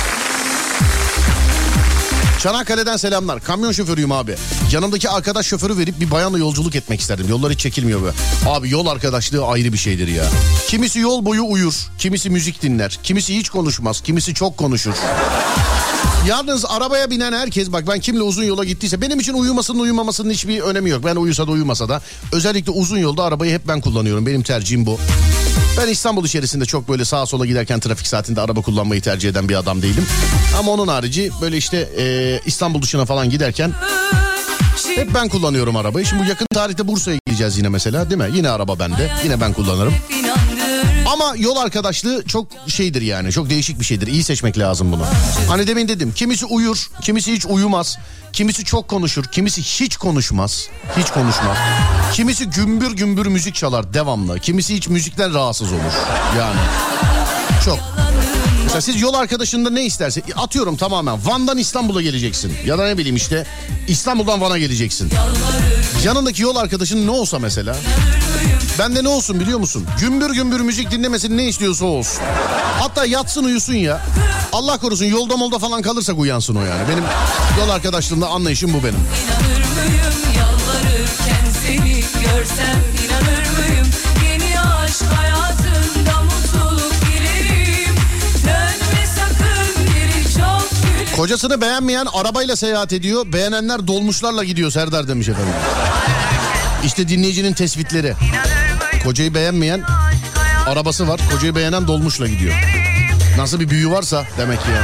B: Çanakkale'den selamlar. Kamyon şoförüyüm abi. Yanımdaki arkadaş şoförü verip bir bayanla yolculuk etmek isterdim. Yollar hiç çekilmiyor be. Abi yol arkadaşlığı ayrı bir şeydir ya. Kimisi yol boyu uyur. Kimisi müzik dinler. Kimisi hiç konuşmaz. Kimisi çok konuşur. Yalnız arabaya binen herkes, bak ben kimle uzun yola gittiyse, benim için uyumasının uyumamasının hiçbir önemi yok. Ben uyusa da uyumasa da özellikle uzun yolda arabayı hep ben kullanıyorum. Benim tercihim bu. Ben İstanbul içerisinde çok böyle sağa sola giderken trafik saatinde araba kullanmayı tercih eden bir adam değilim. Ama onun harici böyle işte e, İstanbul dışına falan giderken hep ben kullanıyorum arabayı. Şimdi bu yakın tarihte Bursa'ya gideceğiz yine mesela, değil mi? Yine araba bende. Yine ben kullanırım. Ama yol arkadaşlığı çok şeydir yani. Çok değişik bir şeydir. İyi seçmek lazım bunu. Hani demin dedim. Kimisi uyur. Kimisi hiç uyumaz. Kimisi çok konuşur. Kimisi hiç konuşmaz. Hiç konuşmaz. Kimisi gümbür gümbür müzik çalar devamlı. Kimisi hiç müzikten rahatsız olur. Yani çok. Mesela siz yol arkadaşında ne isterse, atıyorum tamamen Van'dan İstanbul'a geleceksin. Ya da ne bileyim işte İstanbul'dan Van'a geleceksin. Yanındaki yol arkadaşın ne olsa mesela. Bende ne olsun biliyor musun? Gümbür gümbür müzik dinlemesin, ne istiyorsa olsun. Hatta yatsın uyusun ya. Allah korusun yolda molda falan kalırsak uyansın o yani. Benim yol arkadaşlığında anlayışım bu benim.
D: İnanır mıyım yalvarırken seni görsem, inanır mıyım yeni aşk hayatımda mutluluk dilerim. Dönme sakın geri, çok gülerim.
B: Kocasını beğenmeyen arabayla seyahat ediyor. Beğenenler dolmuşlarla gidiyor Serdar demiş efendim. İşte dinleyicinin tespitleri. Kocayı beğenmeyen arabası var. Kocayı beğenen dolmuşla gidiyor. Nasıl bir büyü varsa demek ki yani.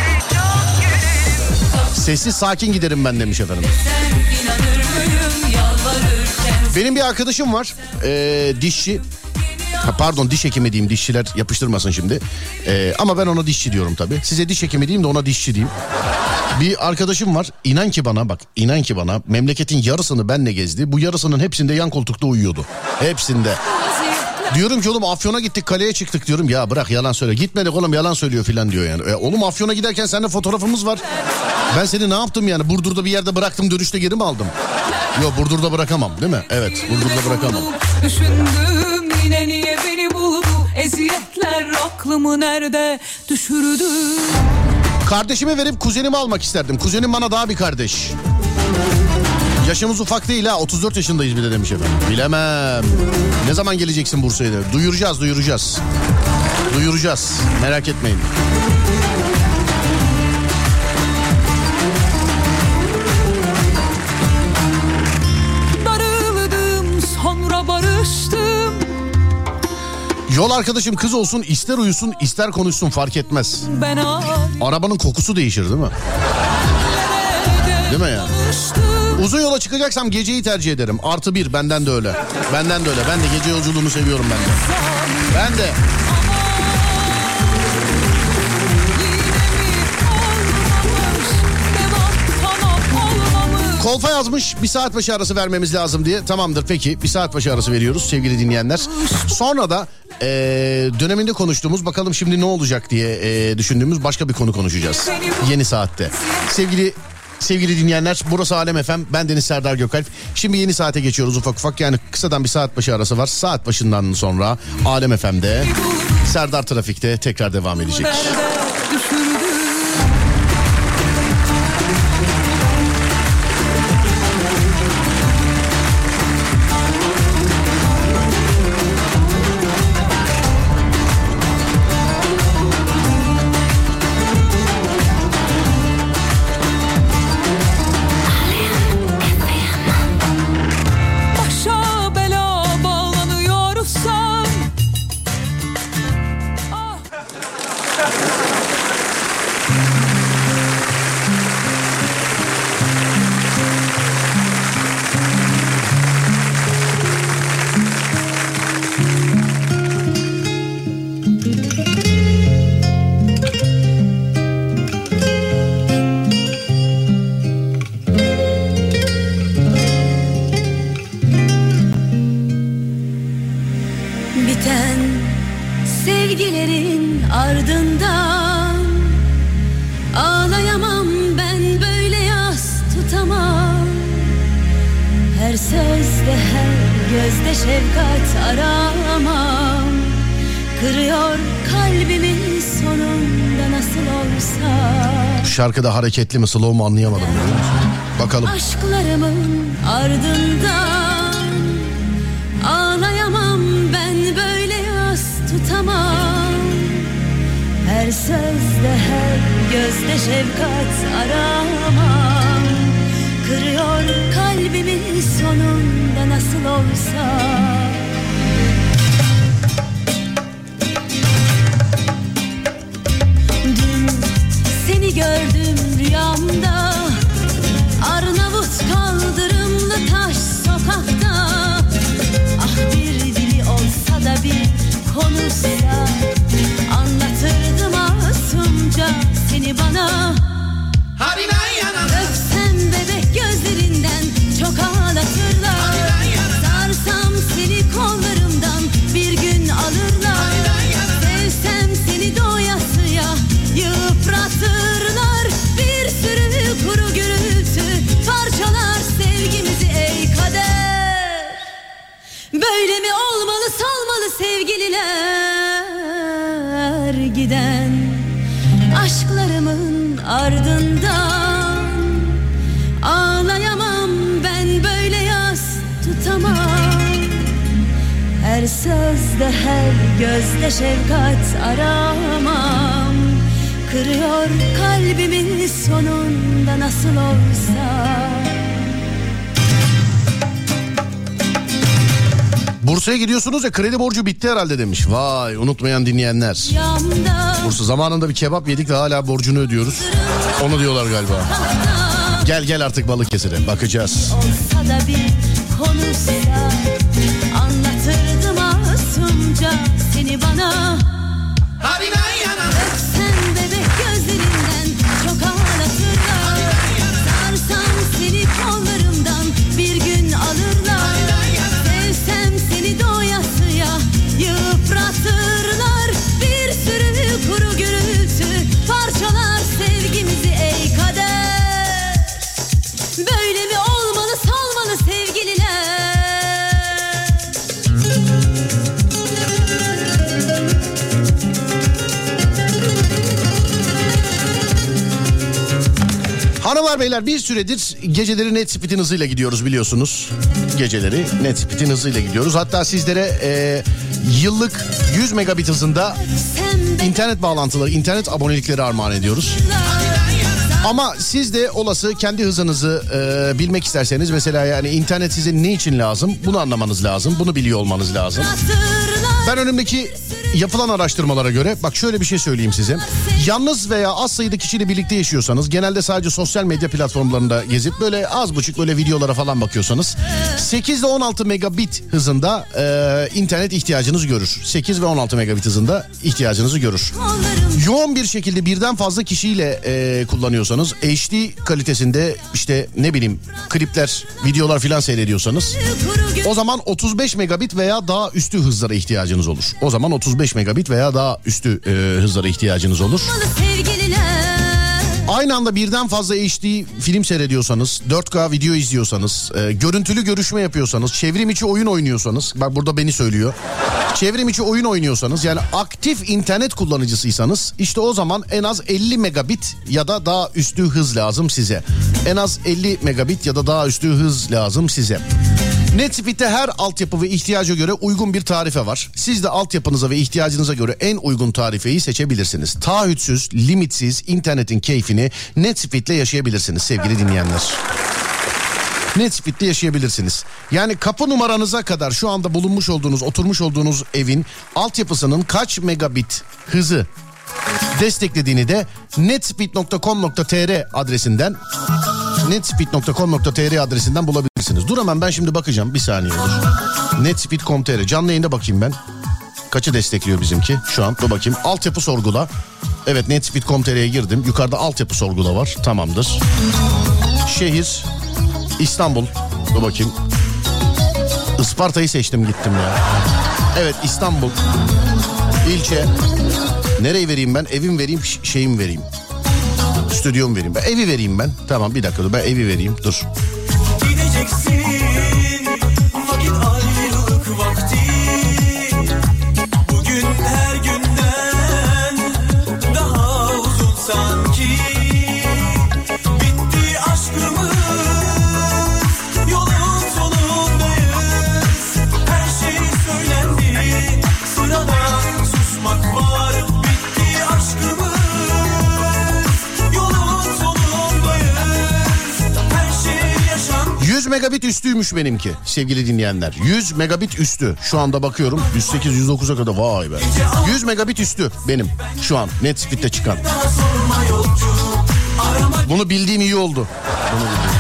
B: Sessiz sakin giderim ben demiş efendim. Benim bir arkadaşım var. Ee, dişçi. Ha, pardon diş hekimi diyeyim, dişçiler yapıştırmasın şimdi. Ee, ama ben ona dişçi diyorum tabii. Size diş hekimi diyeyim de ona dişçi diyeyim. Bir arkadaşım var, inan ki bana bak, inan ki bana memleketin yarısını benle gezdi. Bu yarısının hepsinde yan koltukta uyuyordu. Hepsinde. Diyorum ki oğlum Afyon'a gittik, kaleye çıktık diyorum. Ya bırak yalan söyle. Gitmedik oğlum, yalan söylüyor filan diyor yani. E, oğlum Afyon'a giderken seninle fotoğrafımız var. Ben seni ne yaptım yani? Burdur'da bir yerde bıraktım, dönüşte geri mi aldım? Yok, Burdur'da bırakamam değil mi? Evet, Burdur'da bırakamam.
D: Düşündüm yine niye beni buldu, eziyetler aklımı nerede düşürdü.
B: Kardeşimi verip kuzenimi almak isterdim. Kuzenim bana daha bir kardeş. Yaşımız ufak değil ha, otuz dört yaşındayız bir de demiş efendim. Bilemem. Ne zaman geleceksin Bursa'ya? Duyuracağız, duyuracağız. Duyuracağız. Merak etmeyin.
D: alıştım.
B: Yol arkadaşım kız olsun, ister uyusun ister konuşsun fark etmez.
D: Ben
B: Arabanın kokusu değişir değil mi? Değil mi ya? Uzun yola çıkacaksam geceyi tercih ederim. Artı bir, benden de öyle. Benden de öyle. Ben de gece yolculuğunu seviyorum ben de. Ben de. Kolfa yazmış, bir saat başı arası vermemiz lazım diye. Tamamdır peki, bir saat başı arası veriyoruz sevgili dinleyenler. Sonra da e, döneminde konuştuğumuz, bakalım şimdi ne olacak diye e, düşündüğümüz başka bir konu konuşacağız. Yeni saatte. Sevgili sevgili dinleyenler, burası Alem F M. Ben Deniz Serdar Gökalp. Şimdi yeni saate geçiyoruz ufak ufak. Yani kısadan bir saat başı arası var. Saat başından sonra Alem F M'de Serdar Trafik'te tekrar devam edecek. Şarkıda hareketli mi slow mu anlayamadım biliyor musun? Bakalım.
D: Aşklarımın ardından ağlayamam ben, böyle yas tutamam. Her sözde her gözde şefkat aramam. Kırıyor kalbimin sonunda nasıl olsa. Seni gördüm rüyamda, Arnavut kaldırımlı taş sokakta. Ah bir dili olsa da bir konuşsa, anlatırdım masumca seni bana. Öpsem bebek gözlerinden çok ağlatırlar. Sarsam seni kollarımdan bir gün alırlar. Sevsem seni doyasıya yıpratırlar. Bir sürü kuru gürültü parçalar sevgimizi ey kader. Böyle mi olmalı salmalı sevgililer giden aşklarımın ardından. Ağlayamam ben, böyle yas tutamam. Her sözde her gözde şefkat aramam. Kırıyor kalbimin sonunda nasıl olsa.
B: Bursa'ya gidiyorsunuz ya, kredi borcu bitti herhalde demiş. Vay, unutmayan dinleyenler. Bursa zamanında bir kebap yedik ve hala borcunu ödüyoruz. Onu diyorlar galiba. Gel gel artık Balıkesir'e, bakacağız.
D: Olsa da bir konuşsa, anlatırdım masumca seni bana. Öpsem bebek gözlerinden çok ağlatırlar. Sarsam seni kollarımdan bir gün alırlar. Sevsem seni doyasıya yıpratırlar. Bir sürü kuru gürültü parçalar sevgimizi ey kader. Böyle mi olmalı salmalı sevgililer?
B: Hanımlar beyler, bir süredir geceleri Net Speed'in hızıyla gidiyoruz biliyorsunuz. Geceleri Net Speed'in hızıyla gidiyoruz. Hatta sizlere e, yıllık yüz megabit hızında internet bağlantıları, internet abonelikleri armağan ediyoruz. Ama siz de olası kendi hızınızı e, bilmek isterseniz mesela yani internet size ne için lazım? Bunu anlamanız lazım. Bunu biliyor olmanız lazım. Ben önümdeki yapılan araştırmalara göre bak şöyle bir şey söyleyeyim size. Yalnız veya az sayıda kişiyle birlikte yaşıyorsanız genelde sadece sosyal medya platformlarında gezip böyle az buçuk böyle videolara falan bakıyorsanız sekiz ile on altı megabit hızında e, internet ihtiyacınız görür. sekiz ve on altı megabit hızında ihtiyacınızı görür. Yoğun bir şekilde birden fazla kişiyle e, kullanıyorsanız H D kalitesinde işte ne bileyim klipler, videolar filan seyrediyorsanız o zaman otuz beş megabit veya daha üstü hızlara ihtiyacınız olur. O zaman otuz beş megabit veya daha üstü e, hızlara ihtiyacınız olur. Aynı anda birden fazla H D film seyrediyorsanız, dört K video izliyorsanız, e, görüntülü görüşme yapıyorsanız, çevrim içi oyun oynuyorsanız, bak burada beni söylüyor. Çevrim içi oyun oynuyorsanız yani aktif internet kullanıcısıysanız işte o zaman en az elli megabit ya da daha üstü hız lazım size. En az elli megabit ya da daha üstü hız lazım size. NetSpeed'de her altyapı ve ihtiyaca göre uygun bir tarife var. Siz de altyapınıza ve ihtiyacınıza göre en uygun tarifeyi seçebilirsiniz. Taahhütsüz, limitsiz internetin keyfini NetSpeed'le yaşayabilirsiniz sevgili dinleyenler. NetSpeed'de yaşayabilirsiniz. Yani kapı numaranıza kadar şu anda bulunmuş olduğunuz, oturmuş olduğunuz evin altyapısının kaç megabit hızı desteklediğini de netspeed nokta com nokta tr adresinden netspeed nokta com nokta tr adresinden bulabilirsiniz. Dur hemen ben şimdi bakacağım bir saniye dur. netspeed nokta com nokta tr canlı yayında bakayım ben. Kaçı destekliyor bizimki şu an? Dur bakayım. Altyapı sorgula. Evet netspeed nokta com nokta tr'ye girdim. Yukarıda altyapı sorgula var. Tamamdır. Şehir İstanbul. Dur bakayım. Isparta'yı seçtim gittim ya. Evet İstanbul. İlçe. Nereyi vereyim ben? Evim vereyim, şeyim vereyim. Stüdyom vereyim. Ben evi vereyim ben. Tamam bir dakika dur ben evi vereyim. Dur.
C: Gideceksin vakit ayrılık vakti. Bugün her günden daha uzun sanki. Bitti aşkımız. Yolun sonundayız. Her şey söylendi. Sırada susmak var. Bitti aşkımız.
B: yüz megabit üstüymüş benimki sevgili dinleyenler. yüz megabit üstü. Şu anda bakıyorum yüz sekiz yüz dokuza kadar vay be. yüz megabit üstü benim şu an NetSpeed'de çıkan. Bunu bildiğim iyi oldu. Bunu bildiğim.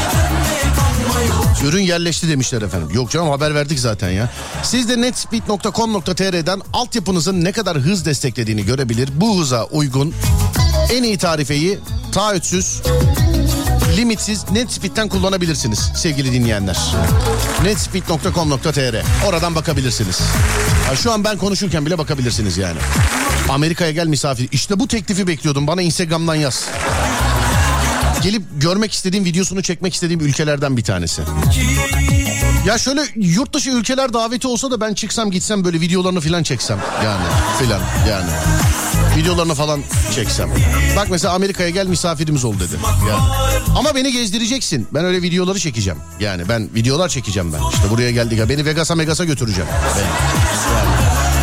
B: Ürün yerleşti demişler efendim. Yok canım haber verdik zaten ya. Siz de netspeed nokta com nokta tr'den altyapınızın ne kadar hız desteklediğini görebilir. Bu hıza uygun en iyi tarifeyi taahhütsüz, limitsiz NetSpeed'den kullanabilirsiniz sevgili dinleyenler. netspeed nokta com nokta tr oradan bakabilirsiniz. Ya şu an ben konuşurken bile bakabilirsiniz yani. Amerika'ya gel misafir. İşte bu teklifi bekliyordum. Bana Instagram'dan yaz. Gelip görmek istediğim, videosunu çekmek istediğim ülkelerden bir tanesi. Ya şöyle yurt dışı ülkeler daveti olsa da ben çıksam gitsem böyle videolarını falan çeksem yani filan yani. Videolarını falan çeksem. Bak mesela Amerika'ya gel misafirimiz ol dedi. Yani. Ama beni gezdireceksin. Ben öyle videoları çekeceğim. Yani ben videolar çekeceğim ben. İşte buraya geldik ya. Beni Vegas'a Megas'a götüreceğim. Ben. Yani.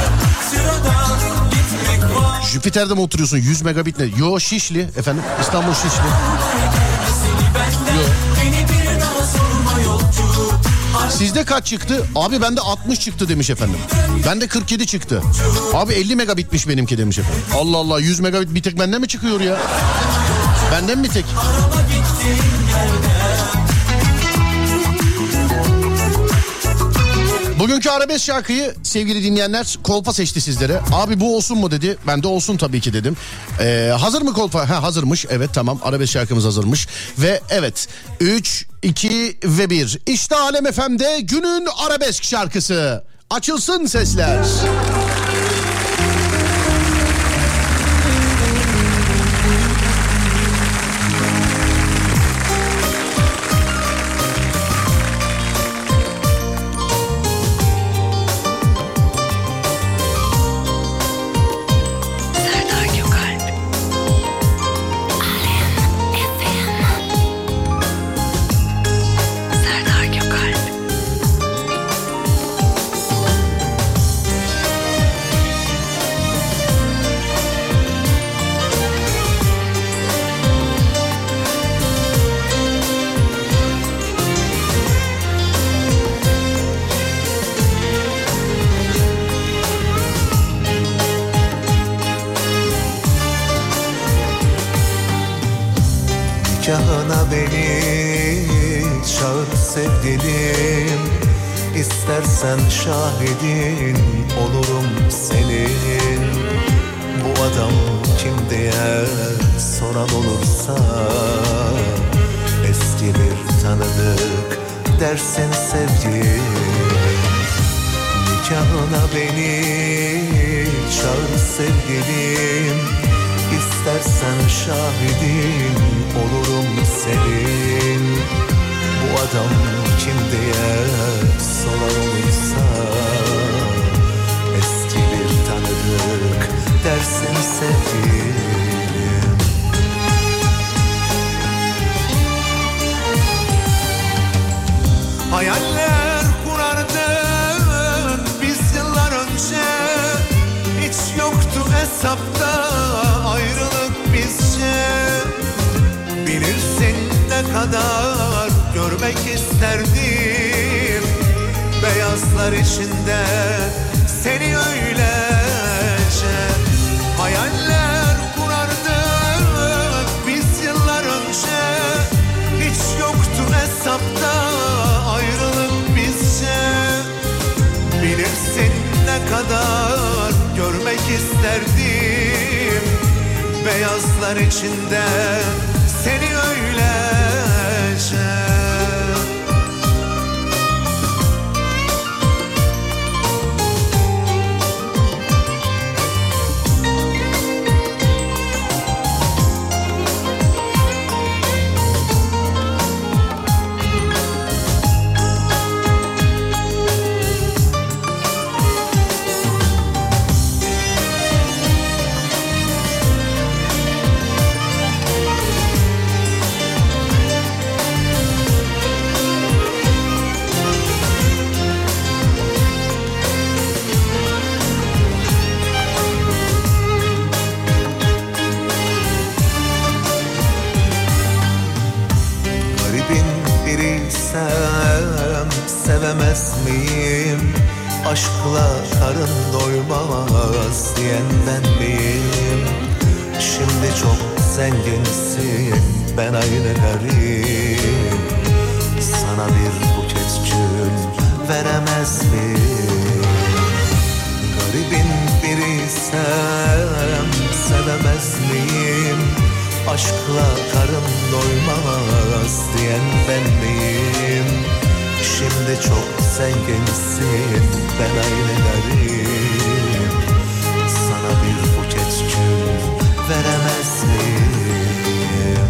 B: Jüpiter'de mi oturuyorsun? yüz megabit ne? Yo Şişli efendim. İstanbul Şişli. Yo. Sizde kaç çıktı? Abi bende altmış çıktı demiş efendim. Bende kırk yedi çıktı. Abi elli megabitmiş benimki demiş efendim. Allah Allah yüz megabit bir tek benden mi çıkıyor ya? Benden mi tek? Bugünkü arabesk şarkıyı sevgili dinleyenler Kolpa seçti sizlere. Abi bu olsun mu dedi. Ben de olsun tabii ki dedim. Ee, hazır mı Kolpa? Ha, hazırmış. Evet tamam arabesk şarkımız hazırmış. Ve evet üç, iki ve bir. İşte Alem F M'de günün arabesk şarkısı. Açılsın sesler.
J: beni çağır sevgilim, İstersen şahidin olurum senin. Bu adam kim diye soran olursa, eski bir tanıdık dersin sevgilim. Nikahına beni çağır sevgilim, İstersen şahidin olurum senin. Bu adam kim diye soran olursa, eski bir tanıdık dersin sevgilim.
C: Hayaller kurardık biz yıllar önce, hiç yoktu hesapta ayrılık bizce. Bilirsin ne kadar görmek isterdim beyazlar içinde seni öylece. Hayaller kurardık biz yıllar önce, hiç yoktu hesapta ayrılık bizce. Bilirsin ne kadar görmek isterdim beyazlar içinde seni öylece.
J: Sevemez miyim? Aşkla karın doymaz diyen ben miyim? Şimdi çok zenginsin, ben aynı garip. Sana bir buket gül veremez miyim? Garibin biriysem sevemez miyim? Aşkla karın doymaz diyen ben miyim? Şimdi çok zenginsin, ben aynı garip. Sana bir buket gül veremez miyim?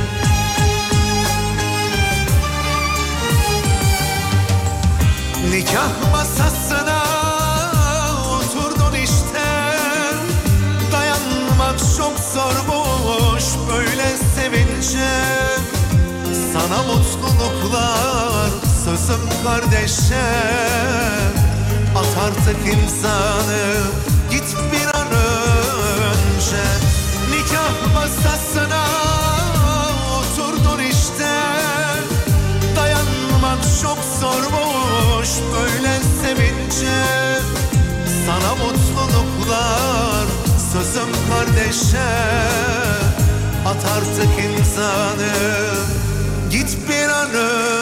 C: Nikah masasına oturdun işte, dayanmak çok zormuş böyle sevince. Sana mutluluklar sözüm kardeşe, at artık imzanı git bir an önce. Nikah masasına oturdun işte, dayanmak çok zormuş böyle sevince. Sana mutluluklar sözüm kardeşe, at artık imzanı git bir an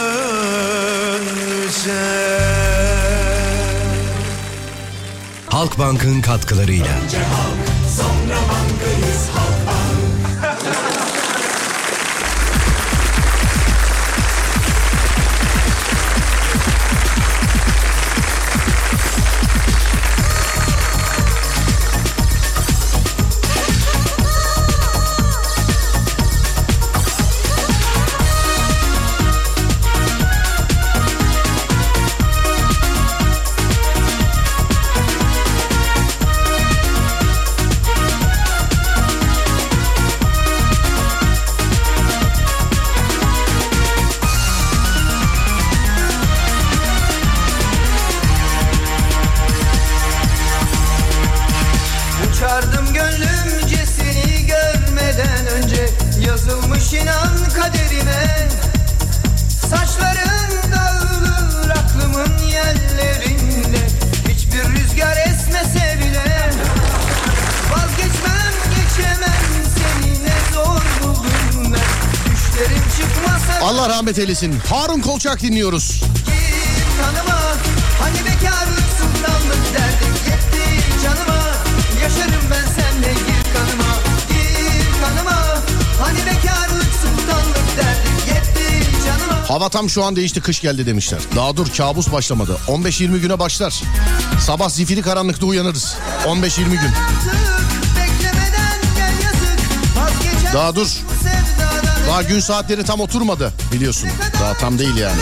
C: önce.
K: Halkbank'ın katkılarıyla.
C: Önce halk, sonra bankayız, Halkbank.
B: Allah rahmet eylesin. Harun Kolçak dinliyoruz.
I: Kanıma, hani bekarlık sultanlık derdim yetti canıma. Yaşarım ben seninle gir kanıma, gir kanıma. Hani bekarlık sultanlık derdim yetti canıma.
B: Hava tam şu an değişti, kış geldi demişler. Daha dur, kabus başlamadı. on beş yirmi güne başlar. Sabah zifiri karanlıkta uyanırız. on beş yirmi gün. Daha dur. Daha gün saatleri tam oturmadı biliyorsun. Daha tam değil yani.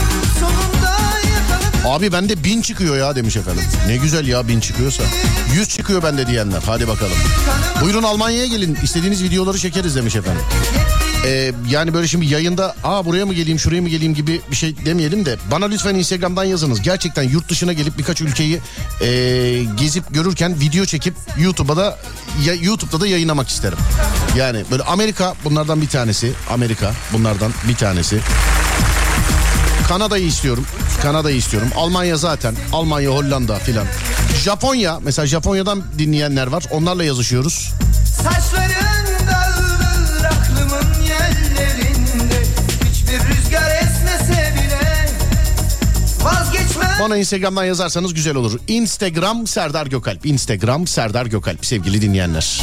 B: Abi bende bin çıkıyor ya demiş efendim. Ne güzel ya, bin çıkıyorsa. yüz çıkıyor bende diyenler. Hadi bakalım. Buyurun Almanya'ya gelin. İstediğiniz videoları çekeriz demiş efendim. Ee, yani böyle şimdi yayında aa buraya mı geleyim şuraya mı geleyim gibi bir şey demeyelim de bana lütfen Instagram'dan yazınız. Gerçekten yurt dışına gelip birkaç ülkeyi e, gezip görürken video çekip YouTube'a da ya, YouTube'da da yayınlamak isterim. Yani böyle Amerika bunlardan bir tanesi. Amerika bunlardan bir tanesi. Kanada'yı istiyorum. Kanada'yı istiyorum. Almanya zaten. Almanya, Hollanda filan. Japonya. Mesela Japonya'dan dinleyenler var. Onlarla yazışıyoruz.
I: Saçların dağılır aklımın yerlerinde. Hiçbir rüzgar esmese bile vazgeçmem.
B: Bana Instagram'dan yazarsanız güzel olur. Instagram Serdar Gökalp. Instagram Serdar Gökalp sevgili dinleyenler.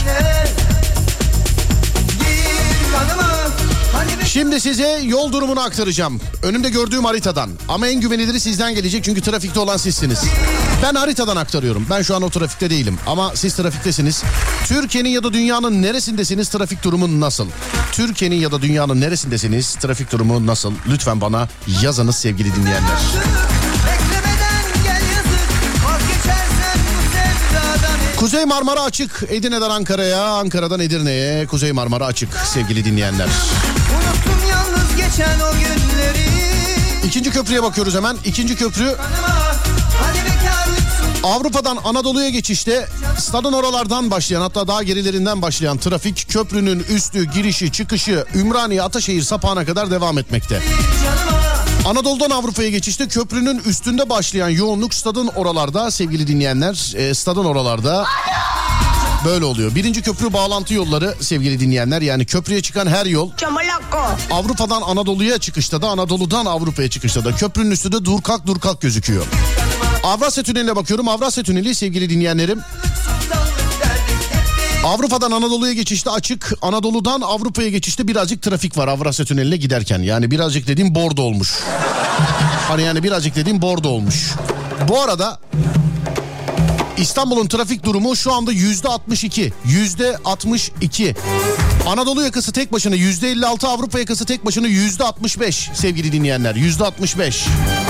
B: Şimdi size yol durumunu aktaracağım. Önümde gördüğüm haritadan. Ama en güveniliri sizden gelecek çünkü trafikte olan sizsiniz. Ben haritadan aktarıyorum. Ben şu an o trafikte değilim. Ama siz trafiktesiniz. Türkiye'nin ya da dünyanın neresindesiniz? Trafik durumu nasıl? Türkiye'nin ya da dünyanın neresindesiniz? Trafik durumu nasıl? Lütfen bana yazınız sevgili dinleyenler. Kuzey Marmara açık. Edirne'den Ankara'ya, Ankara'dan Edirne'ye. Kuzey Marmara açık sevgili dinleyenler.
I: Unuttum yalnız geçen o günleri.
B: İkinci köprüye bakıyoruz hemen. İkinci köprü Avrupa'dan Anadolu'ya geçişte stadın oralardan başlayan, hatta daha gerilerinden başlayan trafik köprünün üstü, girişi, çıkışı Ümraniye, Ataşehir sapağına kadar devam etmekte. Anadolu'dan Avrupa'ya geçişte köprünün üstünde başlayan yoğunluk stadın oralarda sevgili dinleyenler. E, stadın oralarda böyle oluyor. Birinci köprü bağlantı yolları sevgili dinleyenler. Yani köprüye çıkan her yol Avrupa'dan Anadolu'ya çıkışta da, Anadolu'dan Avrupa'ya çıkışta da köprünün üstü de dur kalk dur kalk gözüküyor. Avrasya Tüneli'ne bakıyorum. Avrasya Tüneli sevgili dinleyenlerim. Avrupa'dan Anadolu'ya geçişte açık. Anadolu'dan Avrupa'ya geçişte birazcık trafik var Avrasya Tüneli'ne giderken. Yani birazcık dediğim bordo olmuş. Hani yani birazcık dediğim bordo olmuş. Bu arada İstanbul'un trafik durumu şu anda yüzde altmış iki. Yüzde altmış iki. Anadolu yakası tek başına yüzde elli altı. Avrupa yakası tek başına yüzde altmış beş sevgili dinleyenler. Yüzde altmış beş.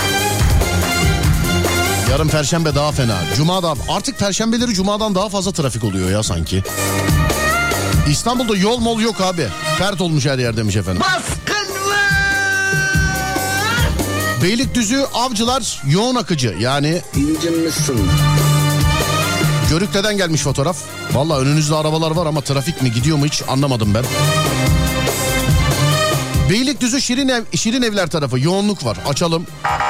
B: Yarın Perşembe daha fena. Cuma da artık Perşembeleri Cuma'dan daha fazla trafik oluyor ya sanki. İstanbul'da yol mol yok abi. Fert olmuş her yer demiş efendim.
I: Baskınlar.
B: Beylikdüzü Avcılar yoğun akıcı. Yani
L: İncinmişsin.
B: Görükle'den gelmiş fotoğraf. Valla önünüzde arabalar var ama trafik mi gidiyor mu hiç anlamadım ben. Beylikdüzü Şirin, ev, Şirin Evler tarafı yoğunluk var. Açalım.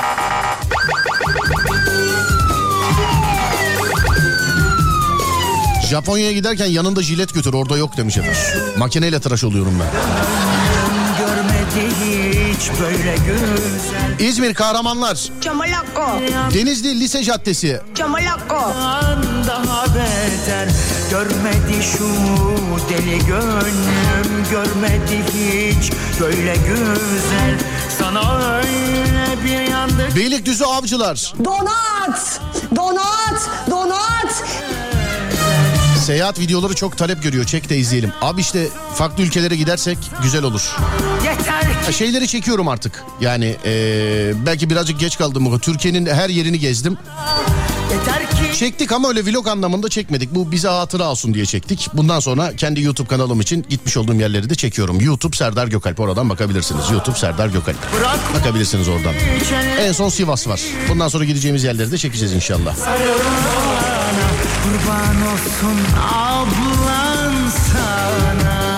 B: Japonya'ya giderken yanında jilet götür, orada yok demiş efendim. Makineyle tıraş oluyorum ben. Hiç böyle güzel. İzmir Kahramanlar.
M: Çamalakko.
B: Denizli Lise Caddesi.
M: Çamalakko.
N: Daha beter görmedi şu deli gönlüm, görmedi hiç böyle güzel, sana öyle bir yandı.
B: Beylikdüzü Avcılar.
M: Donat. Donat. Donat.
B: Seyahat videoları çok talep görüyor. Çek de izleyelim. Abi işte farklı ülkelere gidersek güzel olur. Ya şeyleri çekiyorum artık. Yani ee, belki birazcık geç kaldım. Bu Türkiye'nin her yerini gezdim. Çektik ama öyle vlog anlamında çekmedik. Bu bize hatıra olsun diye çektik. Bundan sonra kendi YouTube kanalım için gitmiş olduğum yerleri de çekiyorum. YouTube Serdar Gökalp, oradan bakabilirsiniz. YouTube Serdar Gökalp. Bakabilirsiniz oradan. En son Sivas var. Bundan sonra gideceğimiz yerleri de çekeceğiz inşallah.
N: Kurban olsun ablan sana.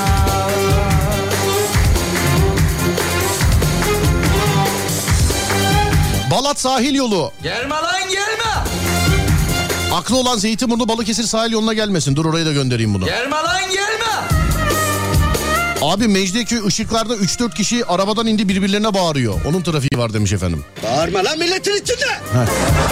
B: Balat sahil yolu.
I: Gelme lan gelme.
B: Aklı olan Zeytinburnu Balıkesir sahil yoluna gelmesin. Dur oraya da göndereyim bunu.
I: Gelme lan gelme.
B: Abi Mecidiyeköy ışıklarda üç dört kişi arabadan indi birbirlerine bağırıyor. Onun trafiği var demiş efendim.
L: Bağırma lan milletin içinde.
B: Heh.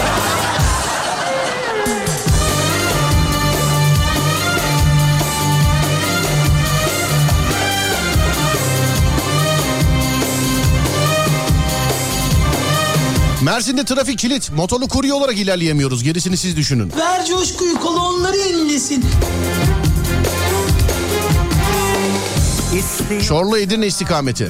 B: Mersin'de trafik kilit. Motorlu kurye olarak ilerleyemiyoruz. Gerisini siz düşünün.
O: Ver coşkuyu, kolonları inlesin.
B: Çorlu Edirne istikameti.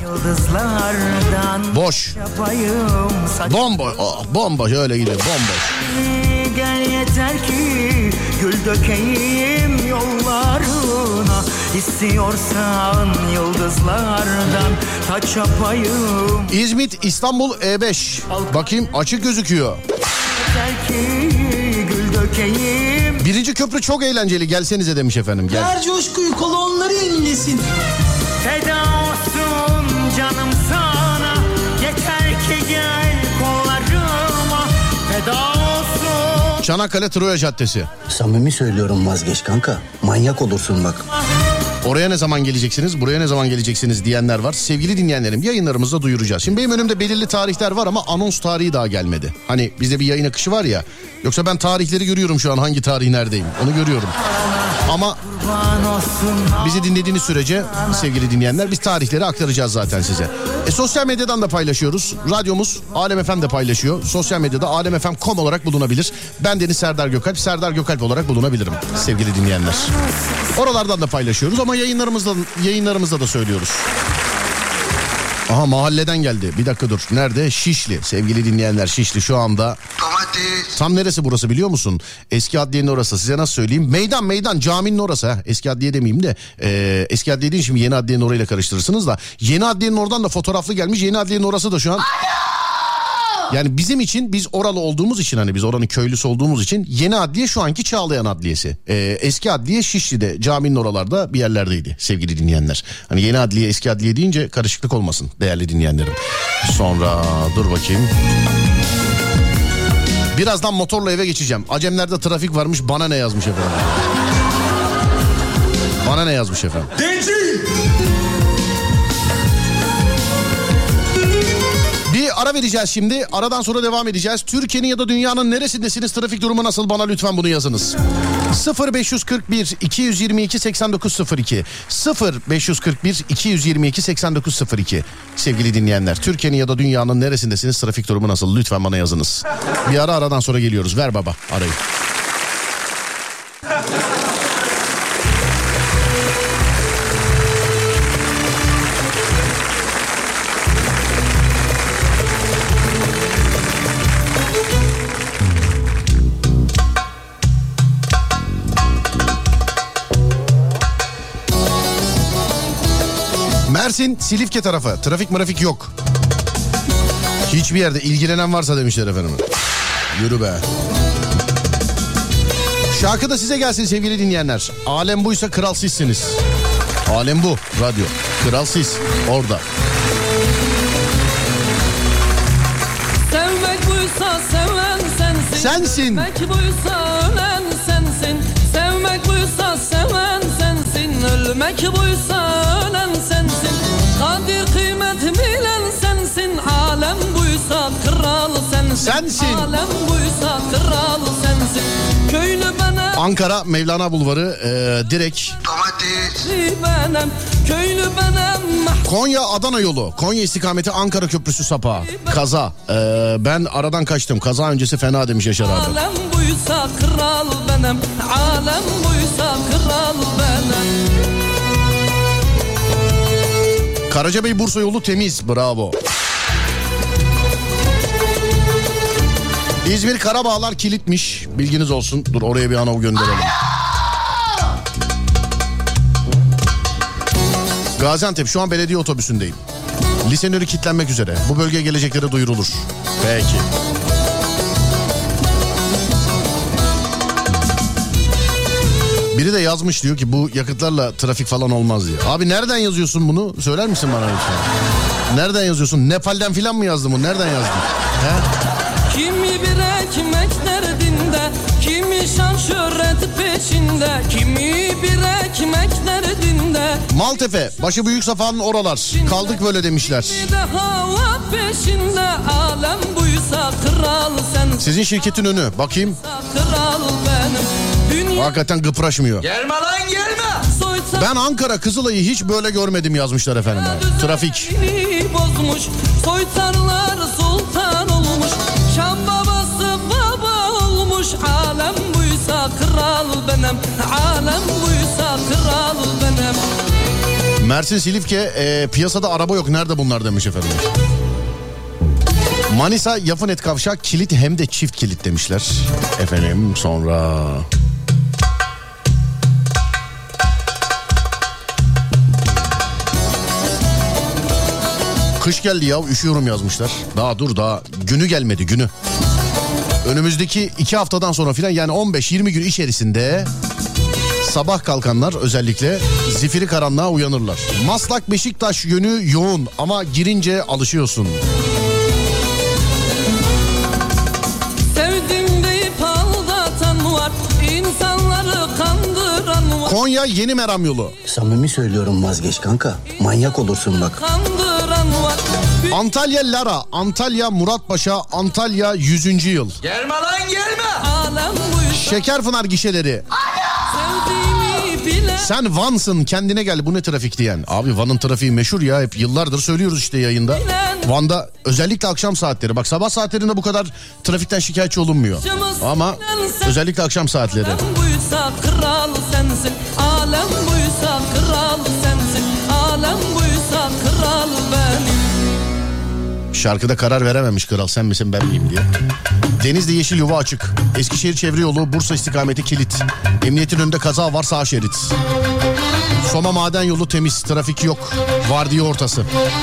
B: Boş. Bomboş. Oh, bomboş öyle gidiyor. Bomboş.
N: Gel yeter ki gül dökeyim yollarına. İstiyorsan yıldızlardan taç yapayım.
B: İzmit İstanbul E beş. Bakayım açık gözüküyor.
N: Yeter ki gül dökeyim.
B: Birinci köprü çok eğlenceli, gelsenize demiş efendim. Gel.
O: Ver coşkuyu, kolonları inlesin.
N: Feda olsun canım sana. Yeter ki gel kollarıma. Feda olsun.
B: Çanakkale Troya Caddesi.
L: Samimi söylüyorum, vazgeç kanka. Manyak olursun bak.
B: Oraya ne zaman geleceksiniz, buraya ne zaman geleceksiniz diyenler var. Sevgili dinleyenlerim, yayınlarımızda duyuracağız. Şimdi benim önümde belirli tarihler var ama anons tarihi daha gelmedi. Hani bizde bir yayın akışı var ya. Yoksa ben tarihleri görüyorum şu an, hangi tarih neredeyim onu görüyorum. Ama bizi dinlediğiniz sürece sevgili dinleyenler biz tarihleri aktaracağız zaten size. E, sosyal medyadan da paylaşıyoruz. Radyomuz Alem F M de paylaşıyor. Sosyal medyada alem f m nokta com olarak bulunabilir. Ben Deniz Serdar Gökalp, Serdar Gökalp olarak bulunabilirim sevgili dinleyenler. Oralardan da paylaşıyoruz ama yayınlarımızda, yayınlarımızda da söylüyoruz. Aha mahalleden geldi. Bir dakika dur. Nerede? Şişli. Sevgili dinleyenler, Şişli şu anda. Domates. Tam neresi burası biliyor musun? Eski adliyenin orası. Size nasıl söyleyeyim? Meydan meydan caminin orası. Ha. Eski adliye demeyeyim de. E, eski adliye değil, şimdi yeni adliyenin orayla karıştırırsınız da. Yeni adliyenin oradan da fotoğraflı gelmiş. Yeni adliyenin orası da şu an. Yani bizim için, biz oralı olduğumuz için, hani biz oranın köylüsü olduğumuz için yeni adliye şu anki Çağlayan Adliyesi. Ee, eski adliye Şişli'de, caminin oralarda bir yerlerdeydi sevgili dinleyenler. Hani yeni adliye eski adliye deyince karışıklık olmasın değerli dinleyenlerim. Sonra dur bakayım. Birazdan motorla eve geçeceğim. Acemler'de trafik varmış, bana ne yazmış efendim. Bana ne yazmış efendim.
C: Denci!
B: Bir ara vereceğiz şimdi. Aradan sonra devam edeceğiz. Türkiye'nin ya da dünyanın neresindesiniz? Trafik durumu nasıl? Bana lütfen bunu yazınız. sıfır beş kırk bir iki yüz yirmi iki seksen dokuz sıfır iki sıfır beş kırk bir iki yüz yirmi iki seksen dokuz sıfır iki Sevgili dinleyenler, Türkiye'nin ya da dünyanın neresindesiniz? Trafik durumu nasıl? Lütfen bana yazınız. Bir ara, aradan sonra geliyoruz. Ver baba arayı. Mersin, Silifke tarafı. Trafik marafik yok. Hiçbir yerde ilgilenen varsa demişler efendim. Yürü be. Şarkı da size gelsin sevgili dinleyenler. Alem buysa kral sizsiniz. Alem bu. Radyo. Kral siz. Orada.
P: Sevmek buysa seven sensin.
B: Sensin.
P: Sevmek buysa ölen sensin. Sevmek buysa seven sensin. Ölmek buysa ölen sensin. Kadir kıymet bilen sensin. Alem buysa kral sensin.
B: Sensin.
P: Alem buysa kral sensin. Köylü benim.
B: Ankara Mevlana Bulvarı e, direkt.
P: Benim. Köylü benim.
B: Konya Adana yolu. Konya istikameti Ankara Köprüsü sapağı. Kaza. E, ben aradan kaçtım. Kaza öncesi fena demiş Yaşar abi.
P: Alem buysa kral benim. Alem buysa kral benim.
B: Karacabey Bursa yolu temiz. Bravo. İzmir Karabağlar kilitmiş. Bilginiz olsun. Dur oraya bir anov gönderelim. Gaziantep, şu an belediye otobüsündeyim. Lisenörü kilitlenmek üzere. Bu bölgeye geleceklere duyurulur. Peki. Biri de yazmış, diyor ki bu yakıtlarla trafik falan olmaz diye. Abi nereden yazıyorsun bunu? Söyler misin bana lütfen? Nereden yazıyorsun? Nepal'den filan mı yazdın bunu? Nereden yazdın? He?
P: Kimi bir ekmek derdinde, kimi şan şöhret peşinde. derdinde, kimi bir ekmek derdinde.
B: Maltepe, başı büyük Safa'nın oralar. Kaldık böyle demişler.
P: Bir de hava peşinde, alem buysa kral sensin.
B: Sizin şirketin önü, bakayım.
P: Kral benim. Dünya...
B: Hakikaten gıpraşmıyor.
P: Gelme lan gelme. Soysa...
B: Ben Ankara Kızılay'ı hiç böyle görmedim yazmışlar efendim. Trafik.
P: Bozmuş, soytarlar sultan olmuş. Şam babası baba olmuş. Alem buysa kral benim. Alem buysa kral benim.
B: Mersin Silifke, e, piyasada araba yok, nerede bunlar demiş efendim. Manisa Yafunet Kavşak kilit hem de çift kilit demişler. Efendim sonra... Kış geldi ya, üşüyorum yazmışlar. Daha dur, daha günü gelmedi, günü. Önümüzdeki iki haftadan sonra filan, yani on beş yirmi gün içerisinde sabah kalkanlar özellikle zifiri karanlığa uyanırlar. Maslak Beşiktaş yönü yoğun ama girince alışıyorsun.
P: Sevdim deyip aldatan var, insanları kandıran var.
B: Konya Yeni Meram yolu.
L: Samimi söylüyorum, vazgeç kanka. Manyak olursun bak.
P: Kandıran var.
B: Antalya Lara, Antalya Muratpaşa, Antalya yüzüncü yıl.
P: Gelme lan gelme. Alem buysa.
B: Şekerpınar gişeleri. Sen Van'sın, kendine gel, bu ne trafik diyen. Abi Van'ın trafiği meşhur ya, hep yıllardır söylüyoruz işte yayında. Van'da özellikle akşam saatleri, bak sabah saatlerinde bu kadar trafikten şikayetçi olunmuyor. Ama özellikle akşam saatleri.
P: Alem buysa kral sensin. Alem buysa kral sensin. Alem buysa kral benim.
B: Şarkıda karar verememiş kral, sen misin ben miyim diye. Denizli Yeşil Yuva açık. Eskişehir Çevre Yolu Bursa istikameti kilit. Emniyetin önünde kaza var, sağ şerit. Soma Maden Yolu temiz, trafik yok. Vardiya ortası.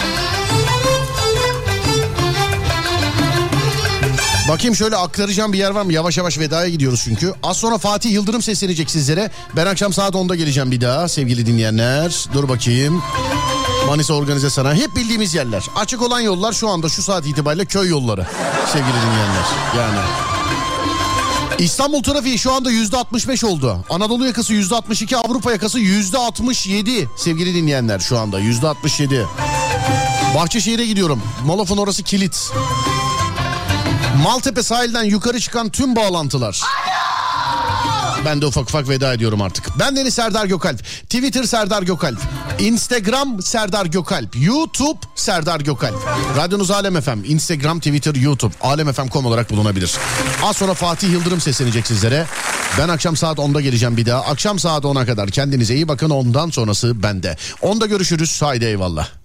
B: Bakayım şöyle aktaracağım bir yer var mı? Yavaş yavaş vedaya gidiyoruz çünkü. Az sonra Fatih Yıldırım seslenecek sizlere. Ben akşam saat onda geleceğim bir daha sevgili dinleyenler. Dur bakayım. Manisa Organize Sanayi. Hep bildiğimiz yerler. Açık olan yollar şu anda şu saat itibariyle köy yolları sevgili dinleyenler. Yani İstanbul trafiği şu anda yüzde altmış beş oldu. Anadolu yakası yüzde altmış iki, Avrupa yakası yüzde altmış yedi sevgili dinleyenler, şu anda yüzde altmış yedi. Bahçeşehir'e gidiyorum. Molof'un orası kilit. Maltepe sahilden yukarı çıkan tüm bağlantılar. Ben de ufak ufak veda ediyorum artık. Ben Deniz Serdar Gökalp. Twitter Serdar Gökalp. Instagram Serdar Gökalp. YouTube Serdar Gökalp. Radyonuz Alem F M. Instagram, Twitter, YouTube. alem f m nokta com olarak bulunabilir. Az sonra Fatih Yıldırım seslenecek sizlere. Ben akşam saat onda geleceğim bir daha. Akşam saat ona kadar kendinize iyi bakın. Ondan sonrası bende. Onda görüşürüz. Haydi eyvallah.